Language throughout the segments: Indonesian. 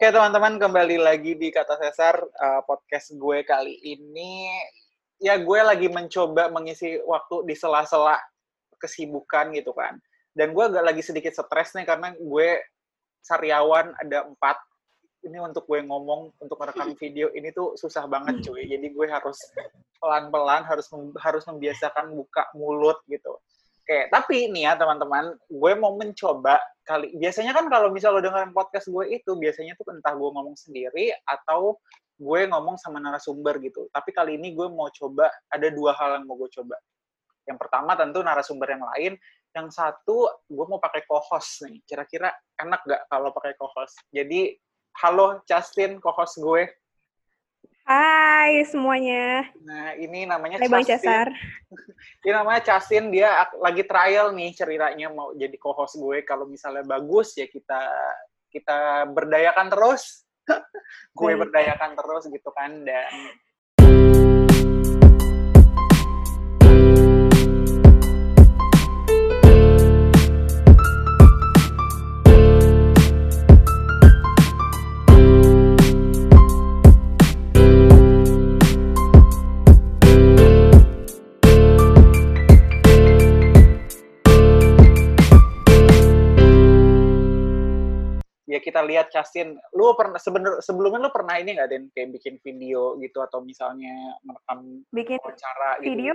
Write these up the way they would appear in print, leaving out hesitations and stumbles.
Oke teman-teman, kembali lagi di Kata Sesar, podcast gue kali ini. Ya gue lagi mencoba mengisi waktu di sela-sela kesibukan gitu kan. Dan gue agak lagi sedikit stres nih karena gue sariawan ada 4. Ini untuk gue ngomong, untuk merekam video ini tuh susah banget cuy. Jadi gue harus pelan-pelan, harus membiasakan buka mulut gitu. Oke, tapi nih ya teman-teman, gue mau mencoba biasanya kan kalau misal lo dengerin podcast gue itu, biasanya tuh entah gue ngomong sendiri atau gue ngomong sama narasumber gitu. Tapi kali ini gue mau coba, ada 2 hal yang mau gue coba. Yang pertama tentu narasumber yang lain, yang satu gue mau pakai co-host nih. Kira-kira enak gak kalau pakai co-host? Jadi, halo Justin, co-host gue. Hai semuanya. Nah, ini namanya Hai Bang Cesar. Ini namanya Justin, dia lagi trial nih ceritanya mau jadi co-host gue. Kalau misalnya bagus ya kita berdayakan terus. Gue berdayakan terus gitu kan. Dan ya kita lihat Justin, lu pernah sebelumnya lu pernah ini nggak Den kayak bikin video gitu atau misalnya merekam wawancara gitu? Video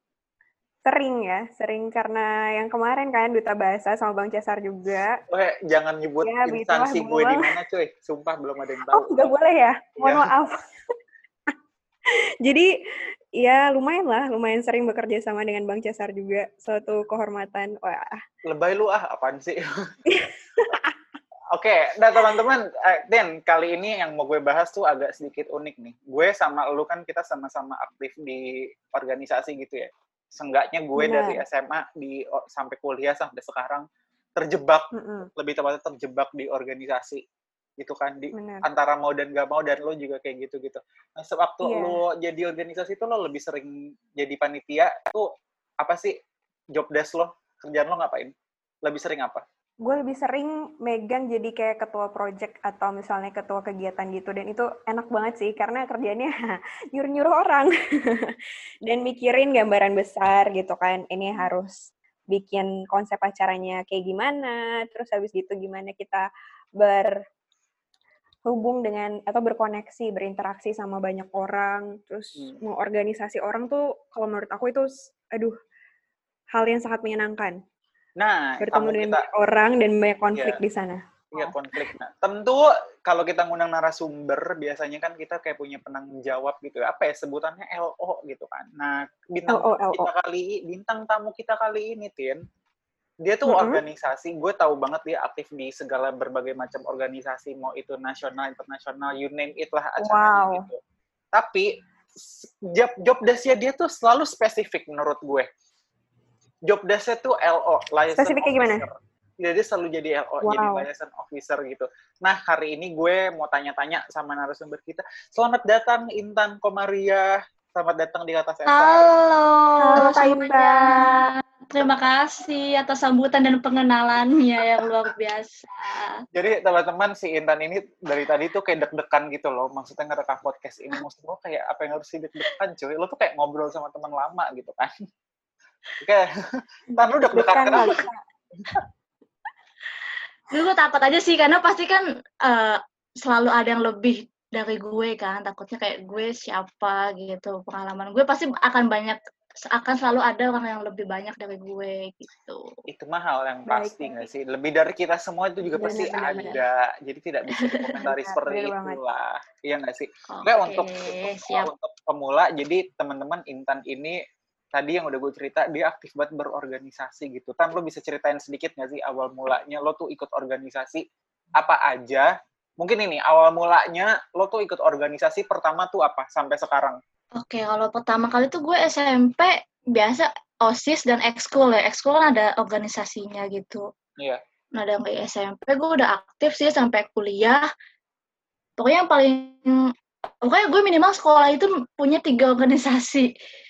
sering karena yang kemarin kan Duta Bahasa sama Bang Cesar juga. Jangan nyebut ya, instansi gue di mana cuy, sumpah belum ada yang tahu. Oh nggak boleh ya, mohon maaf. Jadi ya lumayan sering bekerja sama dengan Bang Cesar juga, suatu kehormatan. Wah. Lebay lu apaan sih? Oke, nah teman-teman, Den, kali ini yang mau gue bahas tuh agak sedikit unik nih. Gue sama lu kan kita sama-sama aktif di organisasi gitu ya. Seenggaknya gue dari SMA sampai kuliah sampai sekarang terjebak, lebih tepatnya terjebak di organisasi gitu kan, antara mau dan gak mau, dan lo juga kayak gitu-gitu. Nah, sewaktu lo jadi organisasi tuh lo lebih sering jadi panitia, tuh apa sih job desk lo, kerjaan lo ngapain? Lebih sering apa? Gue lebih sering megang jadi kayak ketua project atau misalnya ketua kegiatan gitu, dan itu enak banget sih karena kerjanya nyuruh-nyuruh orang dan mikirin gambaran besar gitu kan, ini harus bikin konsep acaranya kayak gimana, terus habis gitu gimana kita berhubung dengan atau berkoneksi, berinteraksi sama banyak orang, terus mengorganisasi orang tuh kalau menurut aku itu hal yang sangat menyenangkan. Nah, bertemu dengan banyak orang dan banyak konflik di sana. Iya, konflik. Nah, tentu kalau kita ngundang narasumber, biasanya kan kita kayak punya penanggung jawab gitu. Apa ya sebutannya LO gitu kan. Nah, bintang tamu kita kali ini, Tin, dia tuh organisasi, gue tahu banget dia aktif di segala berbagai macam organisasi, mau itu nasional, internasional, you name it lah acaranya gitu. Tapi job desk-nya dia tuh selalu spesifik menurut gue. Job desk-nya tuh LO, license spesifiknya gimana? Jadi selalu jadi LO, jadi license officer gitu. Nah, hari ini gue mau tanya-tanya sama narasumber kita. Selamat datang Intan Komaria. Selamat datang di Kata Sesar. Halo Intan. Terima kasih atas sambutan dan pengenalannya yang luar biasa. Jadi teman-teman, si Intan ini dari tadi tuh kayak deg-degan gitu loh. Maksudnya ngerekam podcast ini. Maksud gue kayak apa yang harus deg-degan cuy. Lo tuh kayak ngobrol sama teman lama gitu kan. Oke, ntar lu deg-degan kenapa? Gue takut aja sih, karena pasti kan selalu ada yang lebih dari gue kan. Takutnya kayak gue siapa gitu, pengalaman gue pasti akan selalu ada orang yang lebih banyak dari gue gitu. Itu mah hal yang pasti nggak sih? Lebih dari kita semua itu juga pasti ada. Jadi tidak bisa dikomentari seperti itulah. Iya nggak sih? Oke, untuk pemula, jadi teman-teman Intan ini tadi yang udah gue cerita, dia aktif banget berorganisasi gitu. Tan, lo bisa ceritain sedikit nggak sih awal mulanya lo tuh ikut organisasi apa aja? Mungkin ini, awal mulanya lo tuh ikut organisasi pertama tuh apa sampai sekarang? Oke, kalau pertama kali tuh gue SMP biasa OSIS dan ekskul ya. Ekskul kan ada organisasinya gitu. Iya. Nah, dari SMP gue udah aktif sih sampai kuliah. Pokoknya gue minimal sekolah itu punya 3 organisasi.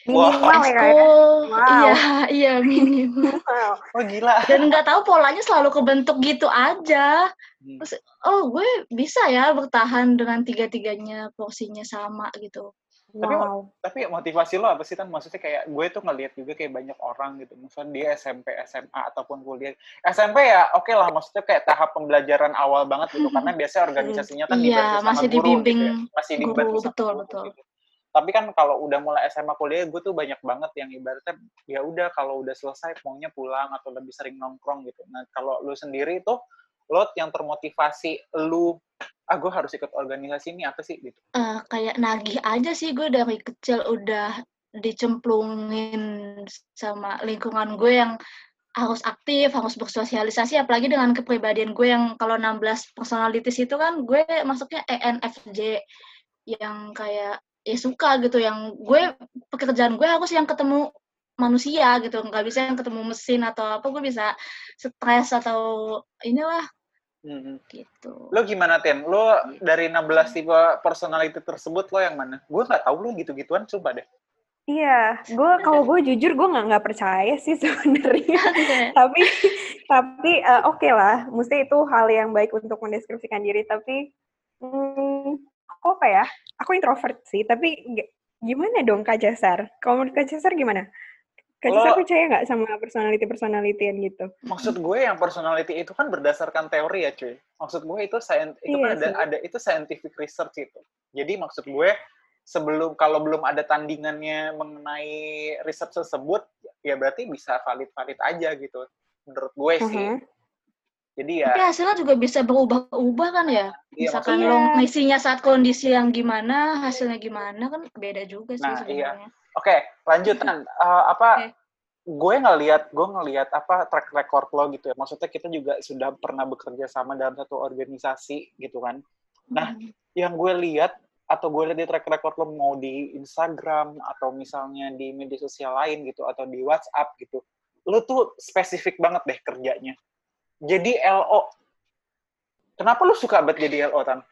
Minimal ya, Kak. Exco, Wow. iya minimal. Wow. Oh gila. Dan nggak tahu polanya selalu kebentuk gitu aja. Hmm. Terus, gue bisa ya bertahan dengan tiga-tiganya porsinya sama gitu. Wow. Tapi motivasi lo apa sih, Tan? Maksudnya kayak gue tuh ngelihat juga kayak banyak orang gitu, misalnya dia SMP, SMA ataupun kuliah. SMP ya oke lah, maksudnya kayak tahap pembelajaran awal banget gitu, karena biasanya organisasinya kan dibantu Iya, sama masih guru dibimbing gitu ya, masih dibantu guru, sama betul. guru gitu. Tapi kan kalau udah mulai SMA kuliah, gue tuh banyak banget yang ibaratnya ya udah kalau udah selesai maunya pulang atau lebih sering nongkrong gitu. Nah kalau lu sendiri tuh, lo yang termotivasi lu, gue harus ikut organisasi ini apa sih gitu? Kayak nagih aja sih, gue dari kecil udah dicemplungin sama lingkungan gue yang harus aktif, harus bersosialisasi, apalagi dengan kepribadian gue yang kalau 16 personalities itu kan gue masuknya ENFJ, yang kayak ya suka gitu, yang gue pekerjaan gue harus yang ketemu manusia gitu, nggak bisa yang ketemu mesin atau apa, gue bisa stres atau inilah gitu. Lo gimana, Ten? Lo dari 16 tipe personality tersebut, lo yang mana? Gue nggak tahu lo gitu-gituan, coba deh. Iya, kalau gue jujur gue nggak percaya sih sebenarnya. tapi oke lah, mesti itu hal yang baik untuk mendeskripsikan diri. Tapi apa ya? Aku introvert sih, tapi gimana dong Kak Jasar? Kalau menurut Kak Jasar gimana? Kak Jasar percaya nggak sama personality-personalityan gitu? Maksud gue yang personality itu kan berdasarkan teori ya, cuy. Maksud gue itu itu kan ada itu scientific research itu. Jadi maksud gue kalau belum ada tandingannya mengenai riset tersebut, ya berarti bisa valid aja gitu. Menurut gue sih. Jadi ya. Tapi hasilnya juga bisa berubah-ubah kan ya? Misalkan lo ngisinya saat kondisi yang gimana, hasilnya gimana kan beda juga sih sebenarnya. Iya. Oke, lanjutan. Gue ngelihat apa track record lo gitu ya. Maksudnya kita juga sudah pernah bekerja sama dalam satu organisasi gitu kan. Nah, yang gue lihat di track record lo mau di Instagram atau misalnya di media sosial lain gitu atau di WhatsApp gitu, lo tuh spesifik banget deh kerjanya. Jadi LO. Kenapa lo suka banget jadi LO, Tan?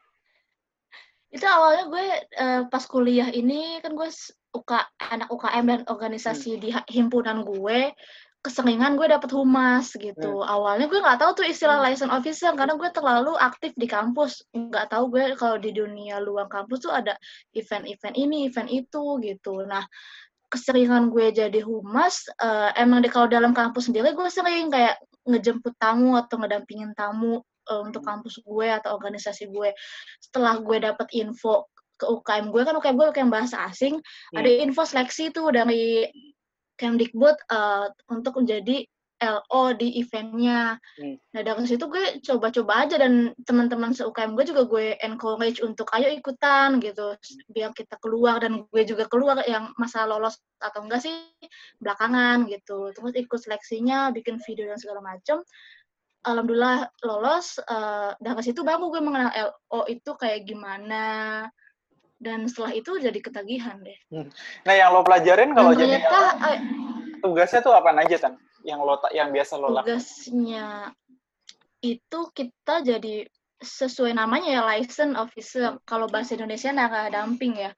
Itu awalnya gue pas kuliah ini kan gue anak UKM dan organisasi di himpunan gue, keseringan gue dapet humas gitu. Awalnya gue nggak tahu tuh istilah liaison officer karena gue terlalu aktif di kampus, nggak tahu gue kalau di dunia luar kampus tuh ada event-event ini, event itu gitu. Nah, keseringan gue jadi humas, emang kalau dalam kampus sendiri gue sering kayak ngejemput tamu atau ngedampingin tamu untuk kampus gue atau organisasi gue. Setelah gue dapet info ke UKM gue, kan UKM gue UKM bahasa asing, ada info seleksi tuh dari Kemdikbud untuk menjadi LO di eventnya. Nah dari situ gue coba-coba aja dan teman-teman se-UKM gue juga gue encourage untuk ayo ikutan gitu biar kita keluar, dan gue juga keluar yang masa lolos atau enggak sih belakangan gitu. Terus ikut seleksinya, bikin video dan segala macam. Alhamdulillah lolos. Dari situ baru gue mengenal LO itu kayak gimana. Dan setelah itu jadi ketagihan deh. Nah yang lo pelajarin kalau jadi ternyata, tugasnya tuh apa aja, Tan? Yang biasa lo lakukan? Tugasnya itu kita jadi sesuai namanya ya, liaison officer. Kalau bahasa Indonesia damping ya.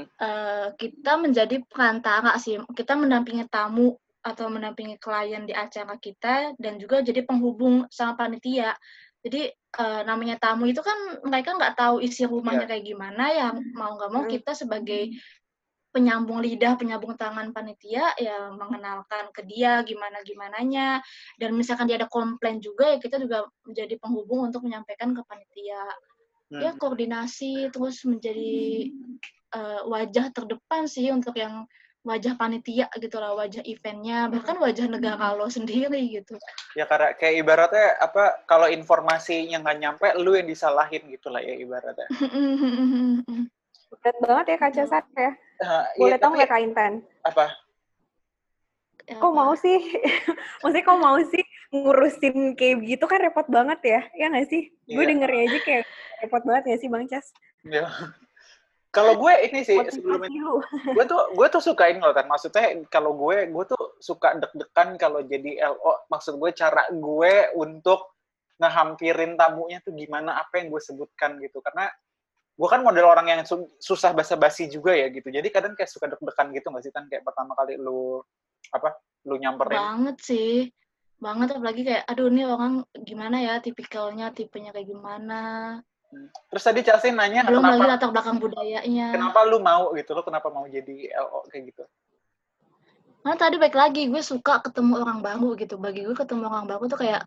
Kita menjadi perantara sih. Kita mendampingi tamu atau mendampingi klien di acara kita dan juga jadi penghubung sama panitia. Jadi namanya tamu itu kan mereka nggak tahu isi rumahnya kayak gimana ya, mau nggak mau kita sebagai penyambung lidah, penyambung tangan panitia ya mengenalkan ke dia gimana-gimananya, dan misalkan dia ada komplain juga ya kita juga menjadi penghubung untuk menyampaikan ke panitia. Ya koordinasi, terus menjadi wajah terdepan sih untuk yang wajah panitia gitu lah, wajah eventnya, bahkan wajah negara lo sendiri gitu. Ya karena kayak ibaratnya apa, kalau informasinya nggak nyampe, lu yang disalahin gitu lah ya ibaratnya. Berat banget ya Kak Jasar ya. Boleh tahu nggak Kak Intan? Apa? Kok mau sih? Maksudnya kok mau sih ngurusin kayak gitu kan repot banget ya? Ya nggak sih? Gue dengernya aja kayak repot banget nggak sih Bang Cas? Ya. Kalau gue ini sih sebelumnya, gue tuh sukain loh kan. Maksudnya kalau gue tuh suka deg-degan kalau jadi LO. Maksud gue cara gue untuk ngehampirin tamunya tuh gimana, apa yang gue sebutkan gitu. Karena gue kan model orang yang susah basa-basi juga ya gitu. Jadi kadang kayak suka deg-degan gitu nggak sih Tan, kayak pertama kali lu nyamperin? Banget sih. Banget, apalagi kayak, aduh ini orang gimana ya, tipenya kayak gimana. Terus tadi Chelsea nanya Belum lagi kenapa latar belakang budayanya. lu mau gitu, lu kenapa mau jadi LO kayak gitu? Karena tadi baik lagi, gue suka ketemu orang baru gitu. Bagi gue ketemu orang baru tuh kayak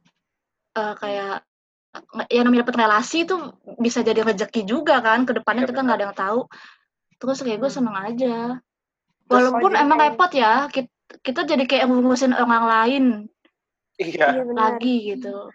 ya namanya dapet relasi tuh bisa jadi rezeki juga kan. Kedepannya kita nggak ada yang tahu. Terus kayak gue seneng aja. Walaupun jadi emang kayak repot ya, kita jadi kayak ngurusin orang lain Iya. benar. lagi gitu.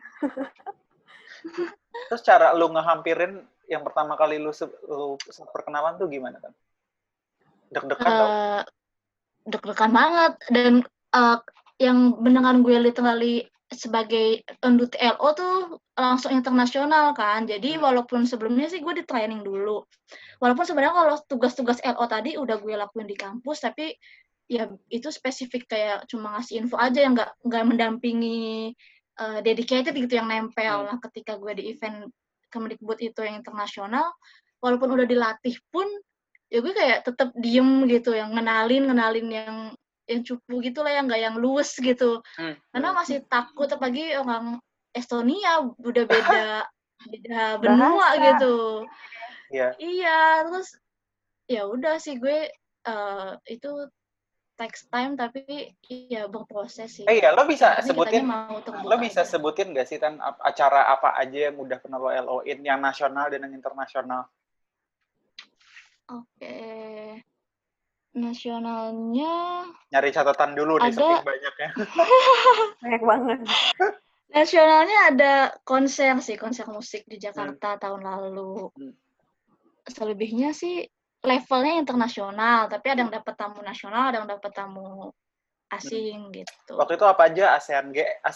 Terus cara lu ngehampirin yang pertama kali lu perkenalan tuh gimana kan? Deg-degan tau? Deg-degan banget. Dan yang beneran gue literally sebagai pendut LO tuh langsung internasional kan. Jadi walaupun sebelumnya sih gue di training dulu. Walaupun sebenarnya kalau tugas-tugas LO tadi udah gue lakuin di kampus, tapi ya itu spesifik kayak cuma ngasih info aja yang nggak mendampingi dedicated gitu yang nempel. Nah, ketika gue di event Kemdikbud itu yang internasional, walaupun udah dilatih pun ya gue kayak tetap diem gitu, yang ngenalin yang cupu gitu lah, yang nggak yang luwes gitu. Karena masih takut, apalagi orang Estonia udah beda benua gitu. Iya, terus ya udah sih gue itu takes time, tapi ya berproses sih. Iya, lo bisa Tapi sebutin, sebutin nggak sih Tan acara apa aja yang udah pernah lo LO-in, yang nasional dan yang internasional? Oke. Nasionalnya Nyari catatan dulu nih, saking banyaknya. Banyak banget. Nasionalnya ada konser musik di Jakarta tahun lalu. Selebihnya sih levelnya internasional, tapi ada yang dapat tamu nasional, ada yang dapat tamu asing gitu. Waktu itu apa aja? ASEAN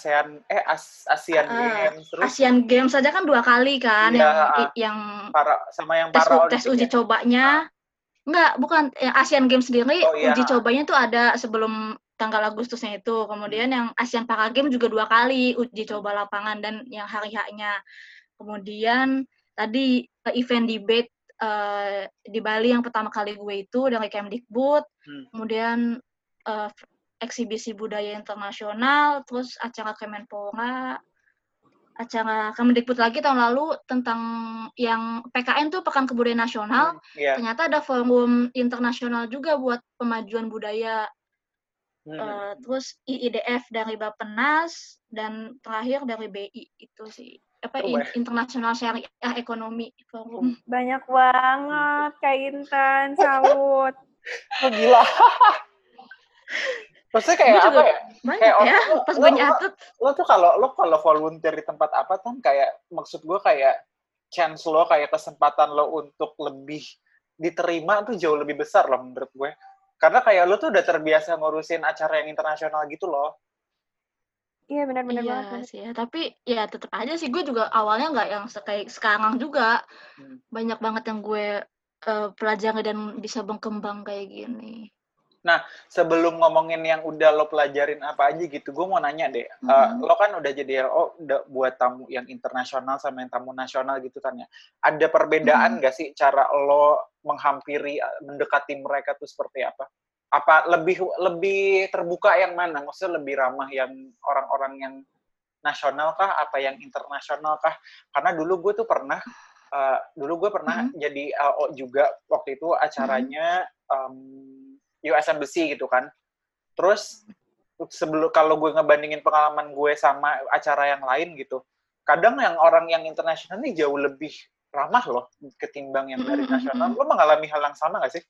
Games, terus Asian Games saja kan 2 kali kan, yang tes uji cobanya. Enggak, bukan. Yang Asian Games sendiri, uji cobanya tuh ada sebelum tanggal Agustusnya itu. Kemudian yang Asian Para Games juga 2 kali uji coba lapangan dan yang hari H-nya. Kemudian tadi event debate di Bali yang pertama kali gue itu dari Kemdikbud. Kemudian eksibisi budaya internasional, terus acara Kemenpora, acara Kemdikbud lagi tahun lalu tentang yang PKN tuh Pekan Kebudayaan Nasional. Ternyata ada forum internasional juga buat pemajuan budaya. Terus IIDF dari Bappenas dan terakhir dari BI itu sih. International Syariah Ekonomi Forum. Banyak banget, Kak Intan, salut. Gila. Maksudnya kayak apa ya? Banyak ya, pas gue nyatet. Lo tuh kalau volunteer di tempat apa kan, kayak maksud gue kayak chance lo, kayak kesempatan lo untuk lebih diterima tuh jauh lebih besar loh menurut gue. Karena kayak lo tuh udah terbiasa ngurusin acara yang internasional gitu loh. Iya benar-benar banget sih ya. Tapi ya tetap aja sih, gue juga awalnya nggak yang kayak sekarang juga. Banyak banget yang gue pelajari dan bisa berkembang kayak gini. Nah, sebelum ngomongin yang udah lo pelajarin apa aja gitu, gue mau nanya deh, lo kan udah jadi LO udah buat tamu yang internasional sama yang tamu nasional gitu kan ya. Ada perbedaan nggak sih cara lo menghampiri, mendekati mereka tuh seperti apa? Apa lebih terbuka yang mana? Maksudnya lebih ramah yang orang-orang yang nasional kah? Apa yang internasional kah? Karena dulu gue pernah jadi LO juga, waktu itu acaranya US Embassy gitu kan. Terus kalau gue ngebandingin pengalaman gue sama acara yang lain gitu, kadang yang orang yang internasional ini jauh lebih ramah loh ketimbang yang dari nasional. Lo mengalami hal yang sama nggak sih?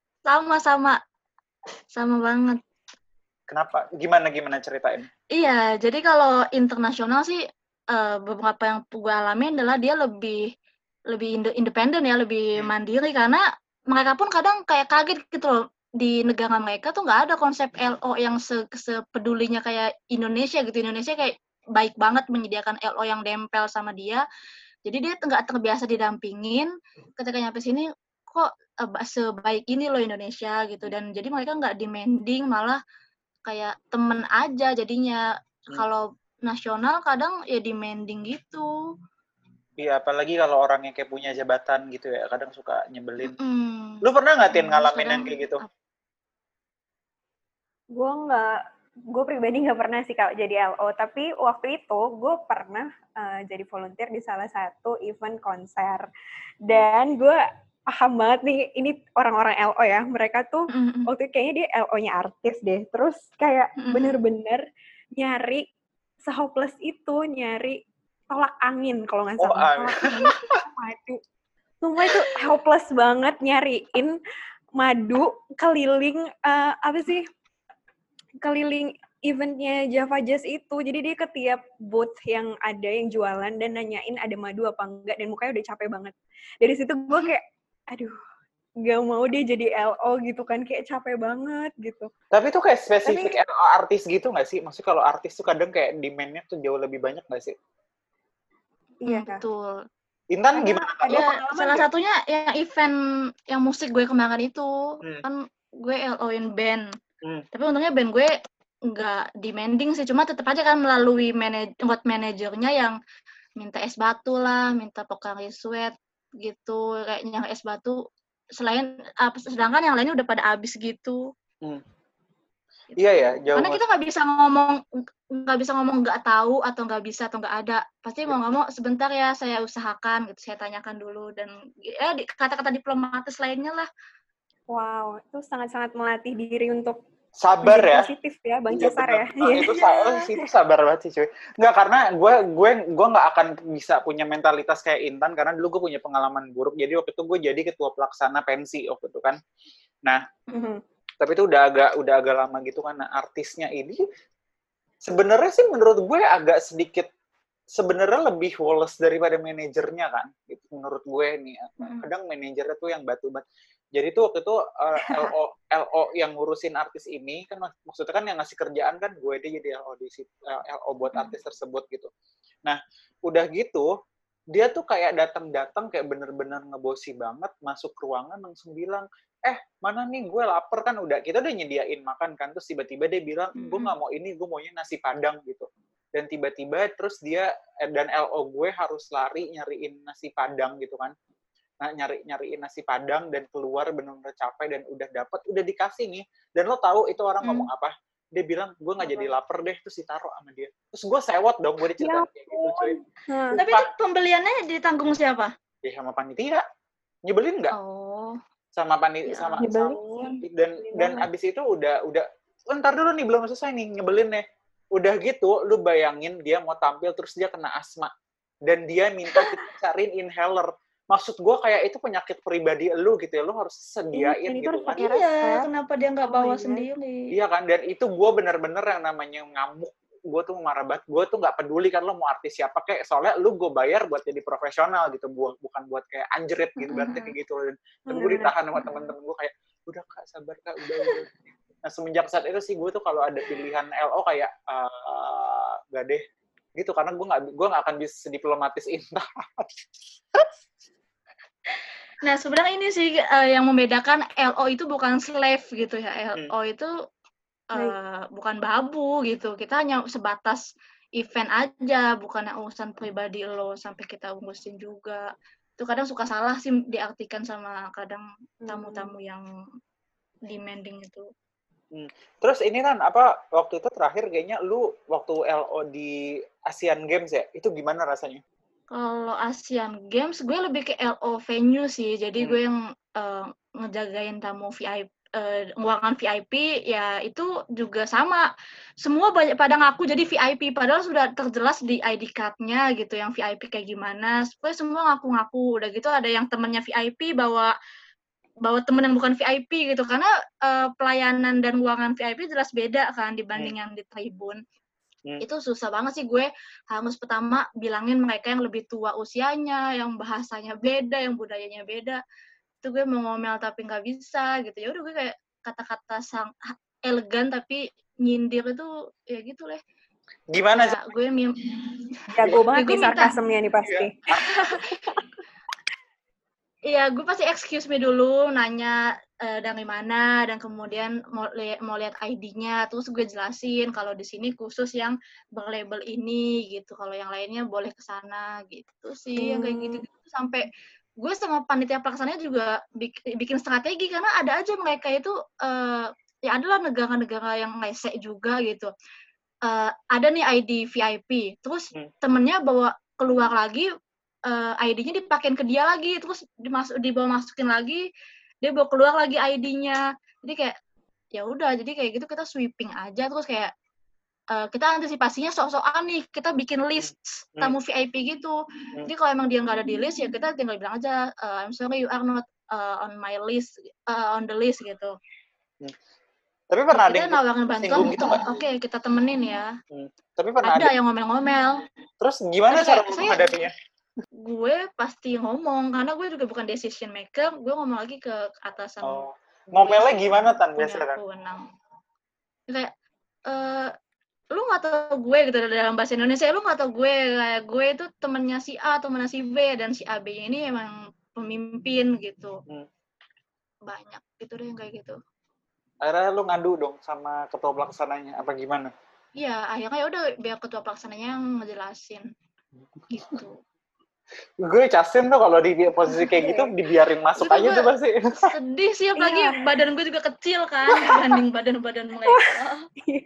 Sama banget. Kenapa? Gimana ceritain? Iya, jadi kalau internasional sih beberapa yang gue alami adalah dia lebih independen ya, lebih mandiri, karena mereka pun kadang kayak kaget gitu loh. Di negara mereka tuh nggak ada konsep LO yang sepedulinya kayak Indonesia gitu. Indonesia kayak baik banget menyediakan LO yang dempel sama dia. Jadi dia nggak terbiasa didampingin. Ketika nyampe sini, kok sebaik ini loh Indonesia gitu. Dan jadi mereka nggak demanding, malah kayak temen aja jadinya. Kalau nasional kadang ya demanding gitu. Iya, apalagi kalau orang yang kayak punya jabatan gitu ya, kadang suka nyebelin. Mm-mm. Lu pernah nggak Tin Terus ngalamin kadang yang kayak gitu? Gue pribadi nggak pernah sih kalau jadi LO, tapi waktu itu gue pernah jadi volunteer di salah satu event konser. Dan gue paham banget nih, ini orang-orang LO ya, mereka tuh mm-mm. waktu itu kayaknya dia LO-nya artis deh. Terus kayak Mm-mm. bener-bener nyari se-hopeless itu, nyari tolak angin kalau nggak Oh, salah. Tolak angin sama madu. Sumpah itu hopeless banget nyariin madu keliling apa sih? Keliling eventnya Java Jazz itu. Jadi dia ke tiap booth yang ada yang jualan dan nanyain ada madu apa enggak, dan mukanya udah capek banget. Dari situ gue kayak, aduh, gak mau dia jadi LO gitu kan, kayak capek banget gitu. Tapi itu kayak spesifik Tapi artis gitu nggak sih? Maksudnya kalau artis tuh kadang kayak demand-nya tuh jauh lebih banyak nggak sih? iya, Betul. Intan karena gimana? ada Ya, pengalaman salah gak? satunya yang event yang musik gue kemarin itu, Hmm. kan gue LO-in band. Hmm. Tapi untungnya band gue nggak demanding sih, cuma tetap aja kan melalui road manajernya yang minta es batu lah, minta Pocari Sweat gitu, kayak yang es batu. Sedangkan yang lainnya udah pada habis gitu. Hmm. Gitu. Iya ya, jauh Karena kita nggak bisa ngomong nggak tahu atau nggak bisa atau nggak ada. Pasti mau nggak mau sebentar ya saya usahakan gitu, saya tanyakan dulu, dan ya kata-kata diplomatis lainnya lah. Wow, itu sangat-sangat melatih diri untuk sabar menjadi ya. positif ya, Bang Iya Cesar benar. ya. Itu sabar banget sih cuy. Nggak, karena gue nggak akan bisa punya mentalitas kayak Intan karena dulu gue punya pengalaman buruk. Jadi waktu itu gue jadi ketua pelaksana pensi waktu itu kan. Nah, tapi itu udah agak lama gitu kan. Nah, artisnya ini sebenarnya sih menurut gue agak sedikit sebenarnya lebih woles daripada manajernya kan, gitu, menurut gue nih. Kadang manajernya tuh yang batu-batu. Jadi tuh waktu itu LO yang ngurusin artis ini kan, maksudnya kan yang ngasih kerjaan kan gue, dia jadi LO buat artis tersebut gitu. Nah udah gitu dia tuh kayak datang kayak bener-bener ngebosi banget, masuk ruangan langsung bilang, mana nih gue lapar kan, kita udah nyediain makan kan, terus tiba-tiba dia bilang gue nggak mau ini, gue maunya nasi padang gitu. Dan tiba-tiba terus dia dan LO gue harus lari nyariin nasi padang gitu kan. Nah, nyariin nasi padang dan keluar benar-benar capek dan udah dikasih nih. Dan lo tahu itu orang ngomong apa? Dia bilang, gue nggak jadi lapar deh, terus ditaruh sama dia. Terus gue sewot dong, gue diceritain kayak gitu cuy. Tapi itu pembeliannya ditanggung siapa? Ya sama panitia. Nyebelin nggak? Oh. Sama panitia, dan abis itu udah ntar dulu nih, belum selesai nih nyebelin nih. Udah gitu, lu bayangin dia mau tampil terus dia kena asma. Dan dia minta kita cariin inhaler. Maksud gue kayak itu penyakit pribadi lu gitu ya, lu harus sediain gitu kan. Iya, kenapa dia nggak bawa sendiri? Iya kan, dan itu gue bener-bener yang namanya ngamuk. Gue tuh marah banget, gue tuh nggak peduli kan lo mau artis siapa kayak, soalnya lu gue bayar buat jadi profesional gitu, bukan buat kayak anjrit gitu, berarti kayak gitu. Dan gue ditahan sama temen-temen gue kayak, udah kak, sabar kak, udah. Nah semenjak saat itu sih gue tuh kalau ada pilihan LO kayak, gak deh, gitu, karena gue nggak akan bisa diplomatis Intan. Nah sebenarnya ini sih yang membedakan LO itu bukan slave gitu ya, LO itu bukan babu gitu, kita hanya sebatas event aja, bukan urusan pribadi lo sampai kita urusin juga. Itu kadang suka salah sih diartikan sama kadang tamu-tamu yang demanding itu. Terus ini kan waktu itu terakhir kayaknya lu waktu LO di Asian Games ya, itu gimana rasanya? Kalau Asian Games gue lebih ke LO venue sih, jadi gue yang ngejagain tamu VIP, ruangan VIP ya. Itu juga sama, semua banyak pada ngaku jadi VIP padahal sudah terjelas di ID card-nya gitu yang VIP kayak gimana. Supaya semua ngaku-ngaku. Udah gitu ada yang temennya VIP bawa temen yang bukan VIP gitu, karena pelayanan dan ruangan VIP jelas beda kan dibanding yang di tribun. Itu susah banget sih, gue harus pertama bilangin mereka yang lebih tua usianya, yang bahasanya beda, yang budayanya beda. Itu gue mau ngomel tapi nggak bisa gitu. Ya udah gue kayak kata-kata sang elegan tapi nyindir itu ya gitu lah. Gimana sih? Gue jago banget nih sarkasmenya nih pasti. Iya, gue pasti excuse me dulu, nanya dari mana, dan kemudian mau lihat ID-nya, terus gue jelasin kalau di sini khusus yang berlabel ini gitu, kalau yang lainnya boleh ke sana gitu sih, yang kayak gitu sampai gue sama panitia pelaksananya juga bikin strategi, karena ada aja mereka itu ya adalah negara-negara yang ngesek juga gitu. Ada nih ID VIP, terus temennya bawa keluar lagi, ID-nya dipakein ke dia lagi, terus dibawa masukin lagi, dia bawa keluar lagi ID-nya. Jadi kayak ya udah, jadi kayak gitu kita sweeping aja, terus kayak kita antisipasinya sok-sokan nih, kita bikin list tamu VIP gitu. Jadi kalau emang dia nggak ada di list, ya kita tinggal bilang aja, I'm sorry you are not on my list, on the list gitu. Tapi pernah kita nawarin bantuan gitu nggak? Oke, kita temenin ya. Tapi pernah ada yang ngomel-ngomel. Terus gimana cara menghadapinya? Gue pasti ngomong, karena gue juga bukan decision maker, gue ngomong lagi ke atasan. Ngomelnya gimana Tan biasanya? Kayak lu nggak tahu gue gitu, dalam bahasa Indonesia, lu nggak tahu gue, kayak gue itu temennya si A, temennya si B, dan si A B ini emang pemimpin gitu. Banyak gitu deh kayak gitu. Akhirnya lu ngadu dong sama ketua pelaksananya apa gimana? Iya, akhirnya ya udah biar ketua pelaksananya yang ngejelasin gitu. Gue casin tuh kalau di posisi kayak gitu dibiarin masuk aja tuh pasti. Sedih sih, apalagi badan gue juga kecil kan dibanding badan-badan mereka.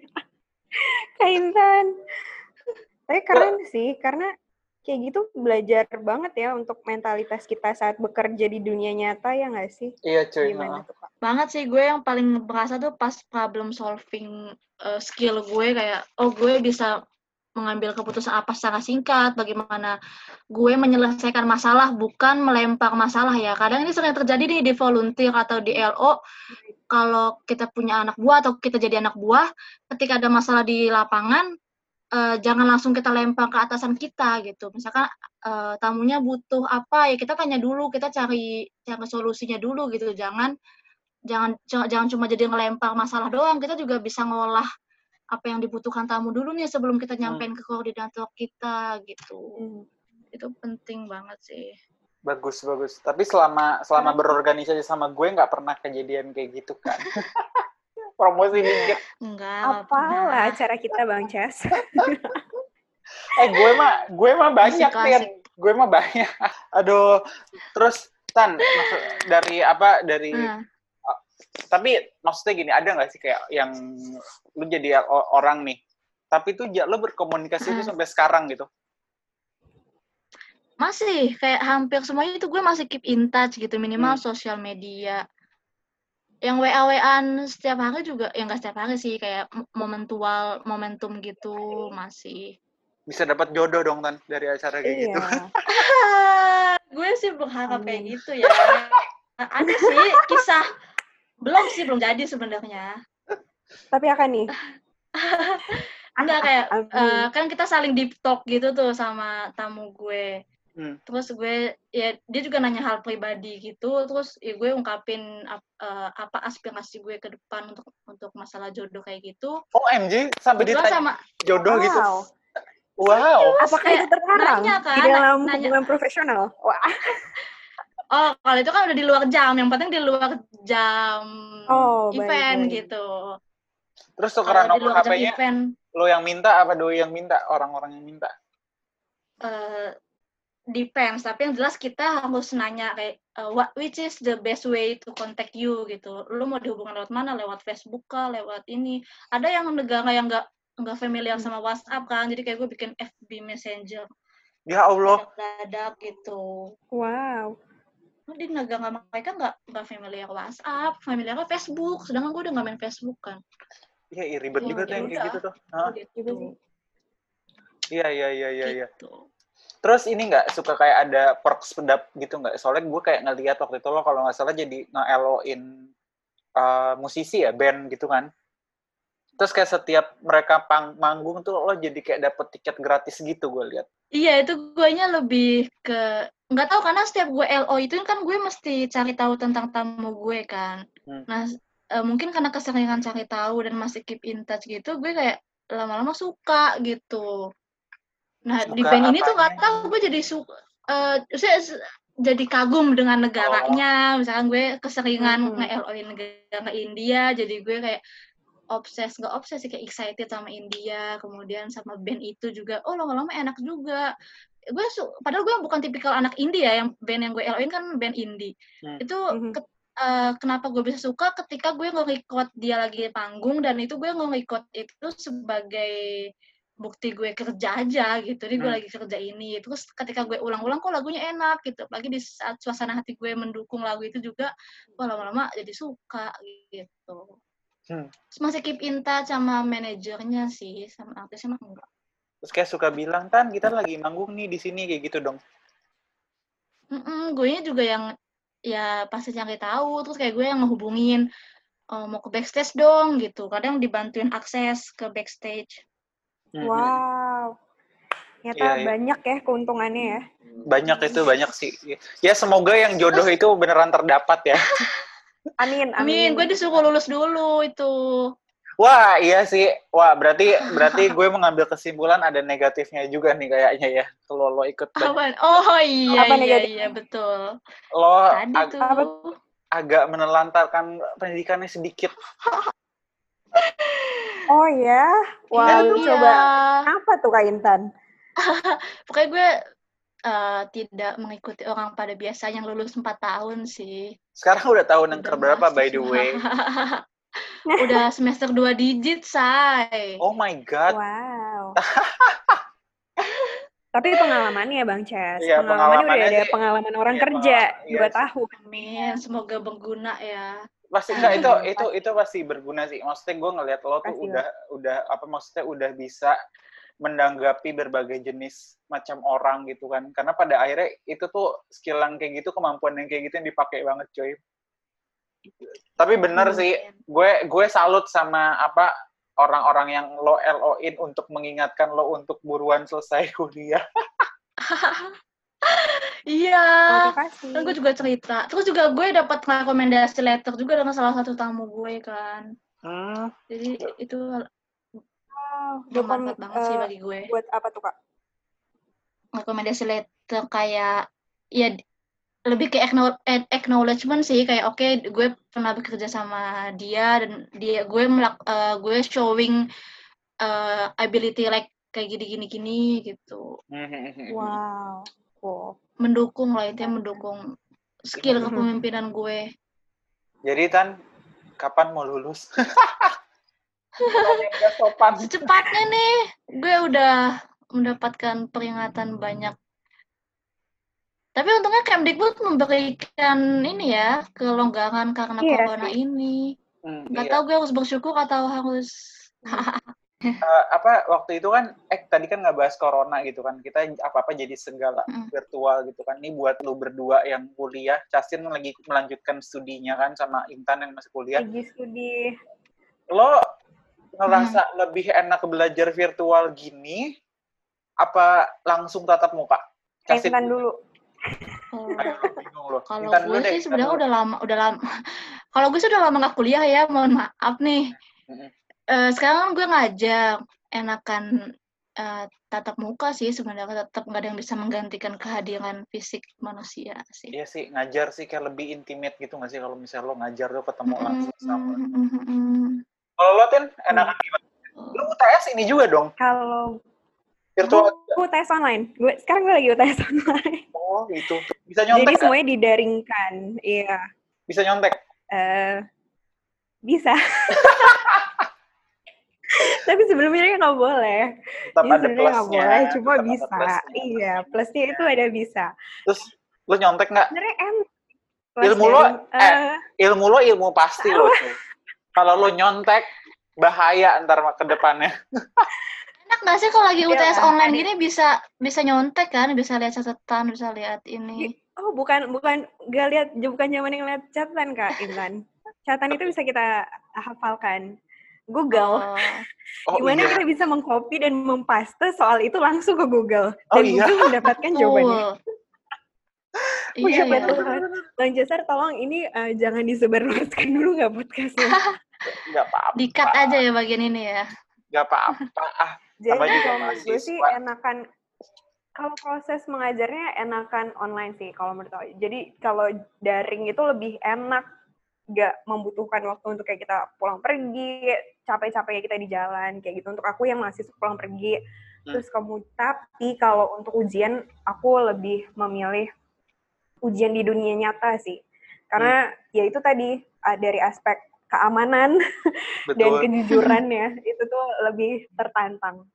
Intan. Tapi keren sih, karena kayak gitu belajar banget ya untuk mentalitas kita saat bekerja di dunia nyata, ya nggak sih? Iya cuy. Gimana tuh, Pak? Banget sih, gue yang paling berasa tuh pas problem solving skill gue, kayak gue bisa mengambil keputusan apa secara singkat, bagaimana gue menyelesaikan masalah, bukan melempar masalah ya. Kadang ini sering terjadi nih di volunteer atau di LO, kalau kita punya anak buah atau kita jadi anak buah, ketika ada masalah di lapangan, jangan langsung kita lempar ke atasan kita gitu. Misalkan tamunya butuh apa, ya kita tanya dulu, kita cari solusinya dulu gitu. Jangan cuma jadi ngelempar masalah doang, kita juga bisa ngolah apa yang dibutuhkan tamu dulu nih sebelum kita nyampein ke koordinator kita gitu. Itu penting banget sih. Bagus. Tapi selama berorganisasi sama gue nggak pernah kejadian kayak gitu kan. Promosi dikit. Enggak. Apalah cara kita Bang Cas. gue mah banyak Tin. Gue mah banyak. Aduh, terus Tan, dari tapi maksudnya gini, ada nggak sih kayak yang lu jadi orang nih, tapi tuh lo berkomunikasi itu sampai sekarang gitu? Masih, kayak hampir semuanya itu gue masih keep in touch gitu, minimal sosial media. Yang WA-WAan setiap hari juga, ya nggak setiap hari sih, kayak momentum gitu masih. Bisa dapat jodoh dong Tan dari acara kayak gitu. Gue sih berharap kayak gitu ya. Ada sih kisah. Belum jadi sebenarnya. Tapi akan nih. Enggak, kayak kan kita saling deep talk gitu tuh sama tamu gue. Terus gue ya dia juga nanya hal pribadi gitu, terus ya gue ungkapin apa aspirasi gue ke depan untuk masalah jodoh kayak gitu. OMG, sampai ditanya sama jodoh gitu. Wow. Apakah itu terlarang di dalam hubungan profesional? Wah. Oh, kalau itu kan udah di luar jam. Yang penting di luar jam event baik. Gitu. Terus tukeran nomor HP-nya, lo yang minta apa Doi yang minta? Orang-orang yang minta? Depends. Tapi yang jelas kita harus nanya kayak, which is the best way to contact you gitu. Lo mau dihubungkan lewat mana? Lewat Facebook kah? Lewat ini? Ada yang negara yang nggak familiar sama WhatsApp kan? Jadi kayak gue bikin FB Messenger. Ya Allah. Dadak gitu. Wow. Di negara mereka nggak familiar WhatsApp, familiar Facebook, sedangkan gue udah nggak main Facebook kan. Iya, ribet juga tuh yang kayak gitu tuh. Gitu. Iya. Terus ini nggak suka kayak ada perks pedap gitu nggak? Soalnya gue kayak ngeliat waktu itu lo kalau nggak salah jadi nge-LO-in musisi ya, band gitu kan. Terus kayak setiap mereka manggung tuh lo jadi kayak dapet tiket gratis gitu gue lihat. Iya, itu guenya lebih ke nggak tahu, karena setiap gue LO itu kan gue mesti cari tahu tentang tamu gue kan. Nah, mungkin karena keseringan cari tahu dan masih keep in touch gitu, gue kayak lama-lama suka gitu. Nah, suka di band ini tuh nggak tahu gue jadi suka. jadi kagum dengan negaranya. Misalkan gue keseringan nge-LO-in negara India, jadi gue kayak nggak obses sih, kayak excited sama India, kemudian sama band itu juga, oh lama-lama enak juga. Padahal gue bukan tipikal anak indie ya, yang band yang gue LO-in kan band indie. Itu kenapa gue bisa suka ketika gue nge-record dia lagi panggung, dan itu gue nge-record itu sebagai bukti gue kerja aja gitu. Jadi gue lagi kerja ini. Terus ketika gue ulang-ulang kok lagunya enak gitu. Lagi di saat suasana hati gue mendukung lagu itu juga, wah lama-lama jadi suka gitu. Terus masih keep in touch sama manajernya sih, sama artisnya mah enggak. Terus kayak suka bilang, Tan, kita lagi manggung nih di sini, kayak gitu dong. Gue juga yang ya pasti cari tahu, terus kayak gue yang ngehubungin, mau ke backstage dong gitu. Kadang dibantuin akses ke backstage. Wow. Ternyata banyak ya keuntungannya ya. Banyak sih. Ya semoga yang jodoh itu beneran terdapat ya. Amin. Gue disuruh lulus dulu itu. Wah, iya sih. Wah, berarti gue mengambil kesimpulan ada negatifnya juga nih kayaknya ya. Kalau lo ikut. Oh iya, betul. Lo tuh agak menelantarkan pendidikannya sedikit. Oh ya? Wah, coba. Apa tuh Kak Intan? Pokoknya gue tidak mengikuti orang pada biasanya yang lulus 4 tahun sih. Sekarang udah tahun yang keberapa by the way? Udah semester 2 digit, say. Oh my God. Wow. Tapi pengalamannya Bang Ces. Iya, pengalamannya udah ada pengalaman orang kerja 2 tahun. Amin, semoga berguna ya. Pasti enggak, itu pasti berguna sih. Maksudnya gue ngelihat lo tuh udah bisa menanggapi berbagai jenis macam orang gitu kan. Karena pada akhirnya itu tuh skill yang kayak gitu, kemampuan yang kayak gitu yang dipakai banget, coy. Tapi bener sih, gue salut sama orang-orang yang lo LO-in untuk mengingatkan lo untuk buruan selesai kuliah. Iya. Kan gue juga cerita. Terus juga gue dapat rekomendasi letter juga dengan salah satu tamu gue kan. Jadi itu bermanfaat banget sih bagi gue. Buat apa tuh Kak? Rekomendasi letter kayak ya lebih ke acknowledgement sih, kayak oke, gue pernah bekerja sama dia dan gue showing ability like kayak gini gitu. Wow. Cool. Mendukung lah, itu mendukung skill kepemimpinan gue. Jadi Tan, kapan mau lulus? Secepatnya nih, gue udah mendapatkan peringatan banyak. Tapi untungnya Kemdikbud memberikan ini ya, kelonggaran karena corona ini. Nggak tahu gue harus bersyukur atau harus... waktu itu kan, tadi kan nggak bahas corona gitu kan, kita apa-apa jadi segala virtual gitu kan. Ini buat lu berdua yang kuliah, Justin lagi melanjutkan studinya kan, sama Intan yang masih kuliah. Lagi studi. Lo ngerasa lebih enak belajar virtual gini, apa langsung tatap muka? Intan dulu. Kalau gue sih sebenarnya udah lama. Kalau gue sudah lama nggak kuliah ya, mohon maaf nih. Sekarang gue ngajar, enakan tatap muka sih sebenarnya, tetap nggak ada yang bisa menggantikan kehadiran fisik manusia sih. Iya sih, ngajar sih kayak lebih intimate gitu nggak sih, kalau misalnya lo ngajar lo ketemu langsung sama. Kalau lo Tin, enakan gimana? Lo UTS ini juga dong? Kalau virtual. Gue UTS online. Sekarang gue lagi UTS online. Oh gitu. Bisa nyontek? Jadi semuanya didaringkan. Iya. Bisa nyontek? Bisa. Tapi sebenarnya nggak boleh. Tetap ada plusnya. Nggak boleh, cuma bisa. Iya, plusnya itu ada bisa. Terus lo nyontek nggak? Sebenarnya ilmu lo pasti lo tuh. Kalau lo nyontek, bahaya ntar ke depannya. Enak nggak sih kalau lagi UTS online gini bisa nyontek kan, bisa lihat catatan, bisa lihat ini. Oh bukan nggak lihat, bukan zaman yang lihat catatan Kak Intan. Catatan itu bisa kita hafalkan. Google. Gimana kita bisa mengcopy dan mempaste soal itu langsung ke Google dan Google mendapatkan jawabannya. Iya. Bang Jasar, tolong ini jangan disebarluaskan dulu nggak podcastnya? Nggak apa-apa. Di-cut aja ya bagian ini ya. Nggak apa-apa. Jadi kalau gue sih enakan, Kalau proses mengajarnya enakan online sih kalau menurut aku. Jadi kalau daring itu lebih enak, nggak membutuhkan waktu untuk kayak kita pulang pergi, capek-capeknya kita di jalan kayak gitu. Untuk aku yang masih pulang pergi, terus tapi kalau untuk ujian aku lebih memilih ujian di dunia nyata sih, karena ya itu tadi dari aspek keamanan dan Betul. kejujurannya itu tuh lebih tertantang.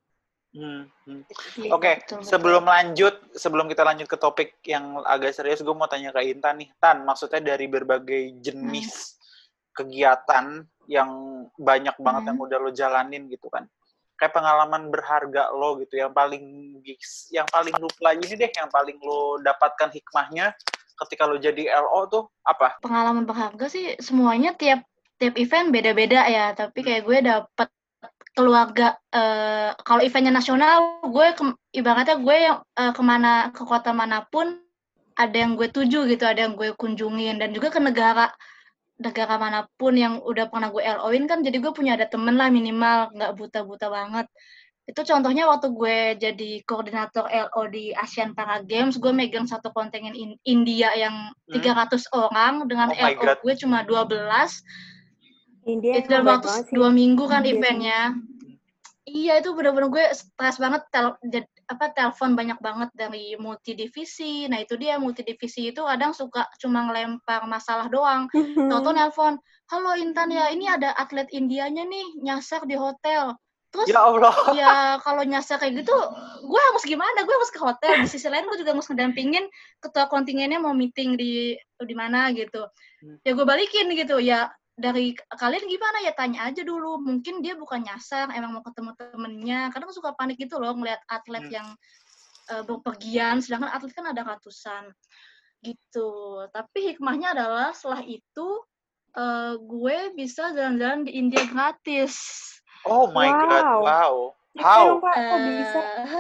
Oke, sebelum kita lanjut ke topik yang agak serius, gue mau tanya ke Intan nih. Tan, maksudnya dari berbagai jenis kegiatan yang banyak banget yang udah lo jalanin gitu kan. Kayak pengalaman berharga lo gitu, yang paling lo pelajari deh, yang paling lo dapatkan hikmahnya ketika lo jadi LO tuh apa? Pengalaman berharga sih semuanya tiap event beda-beda ya, tapi kayak gue dapet keluarga, kalau eventnya nasional, gue ibaratnya gue yang ke kota manapun ada yang gue tuju gitu, ada yang gue kunjungin, dan juga ke negara manapun yang udah pernah gue LO-in kan, jadi gue punya ada temen lah minimal, nggak buta-buta banget. Itu contohnya waktu gue jadi koordinator LO di Asian Para Games, gue megang satu kontingen India yang 300 orang, dengan LO gue cuma 12. India Itu dalam waktu 2 minggu kan eventnya. Iya, itu bener-bener gue stres banget, telepon banyak banget dari multidivisi. Nah itu dia, multidivisi itu kadang suka cuma ngelempar masalah doang. Tau-tau nelpon, halo Intan ya, ini ada atlet Indianya nih nyasar di hotel. Terus ya Allah, ya kalau nyasar kayak gitu, gue harus gimana? Gue harus ke hotel. Di sisi lain gue juga harus ngedampingin ketua kontingennya mau meeting di mana gitu. Ya gue balikin gitu, ya dari kalian gimana ya, tanya aja dulu, mungkin dia bukan nyasar, emang mau ketemu temennya. Kadang suka panik gitu loh ngeliat atlet yang berpergian, sedangkan atlet kan ada ratusan gitu. Tapi hikmahnya adalah setelah itu gue bisa jalan-jalan di India gratis. Oh my God, wow. How? Kok bisa?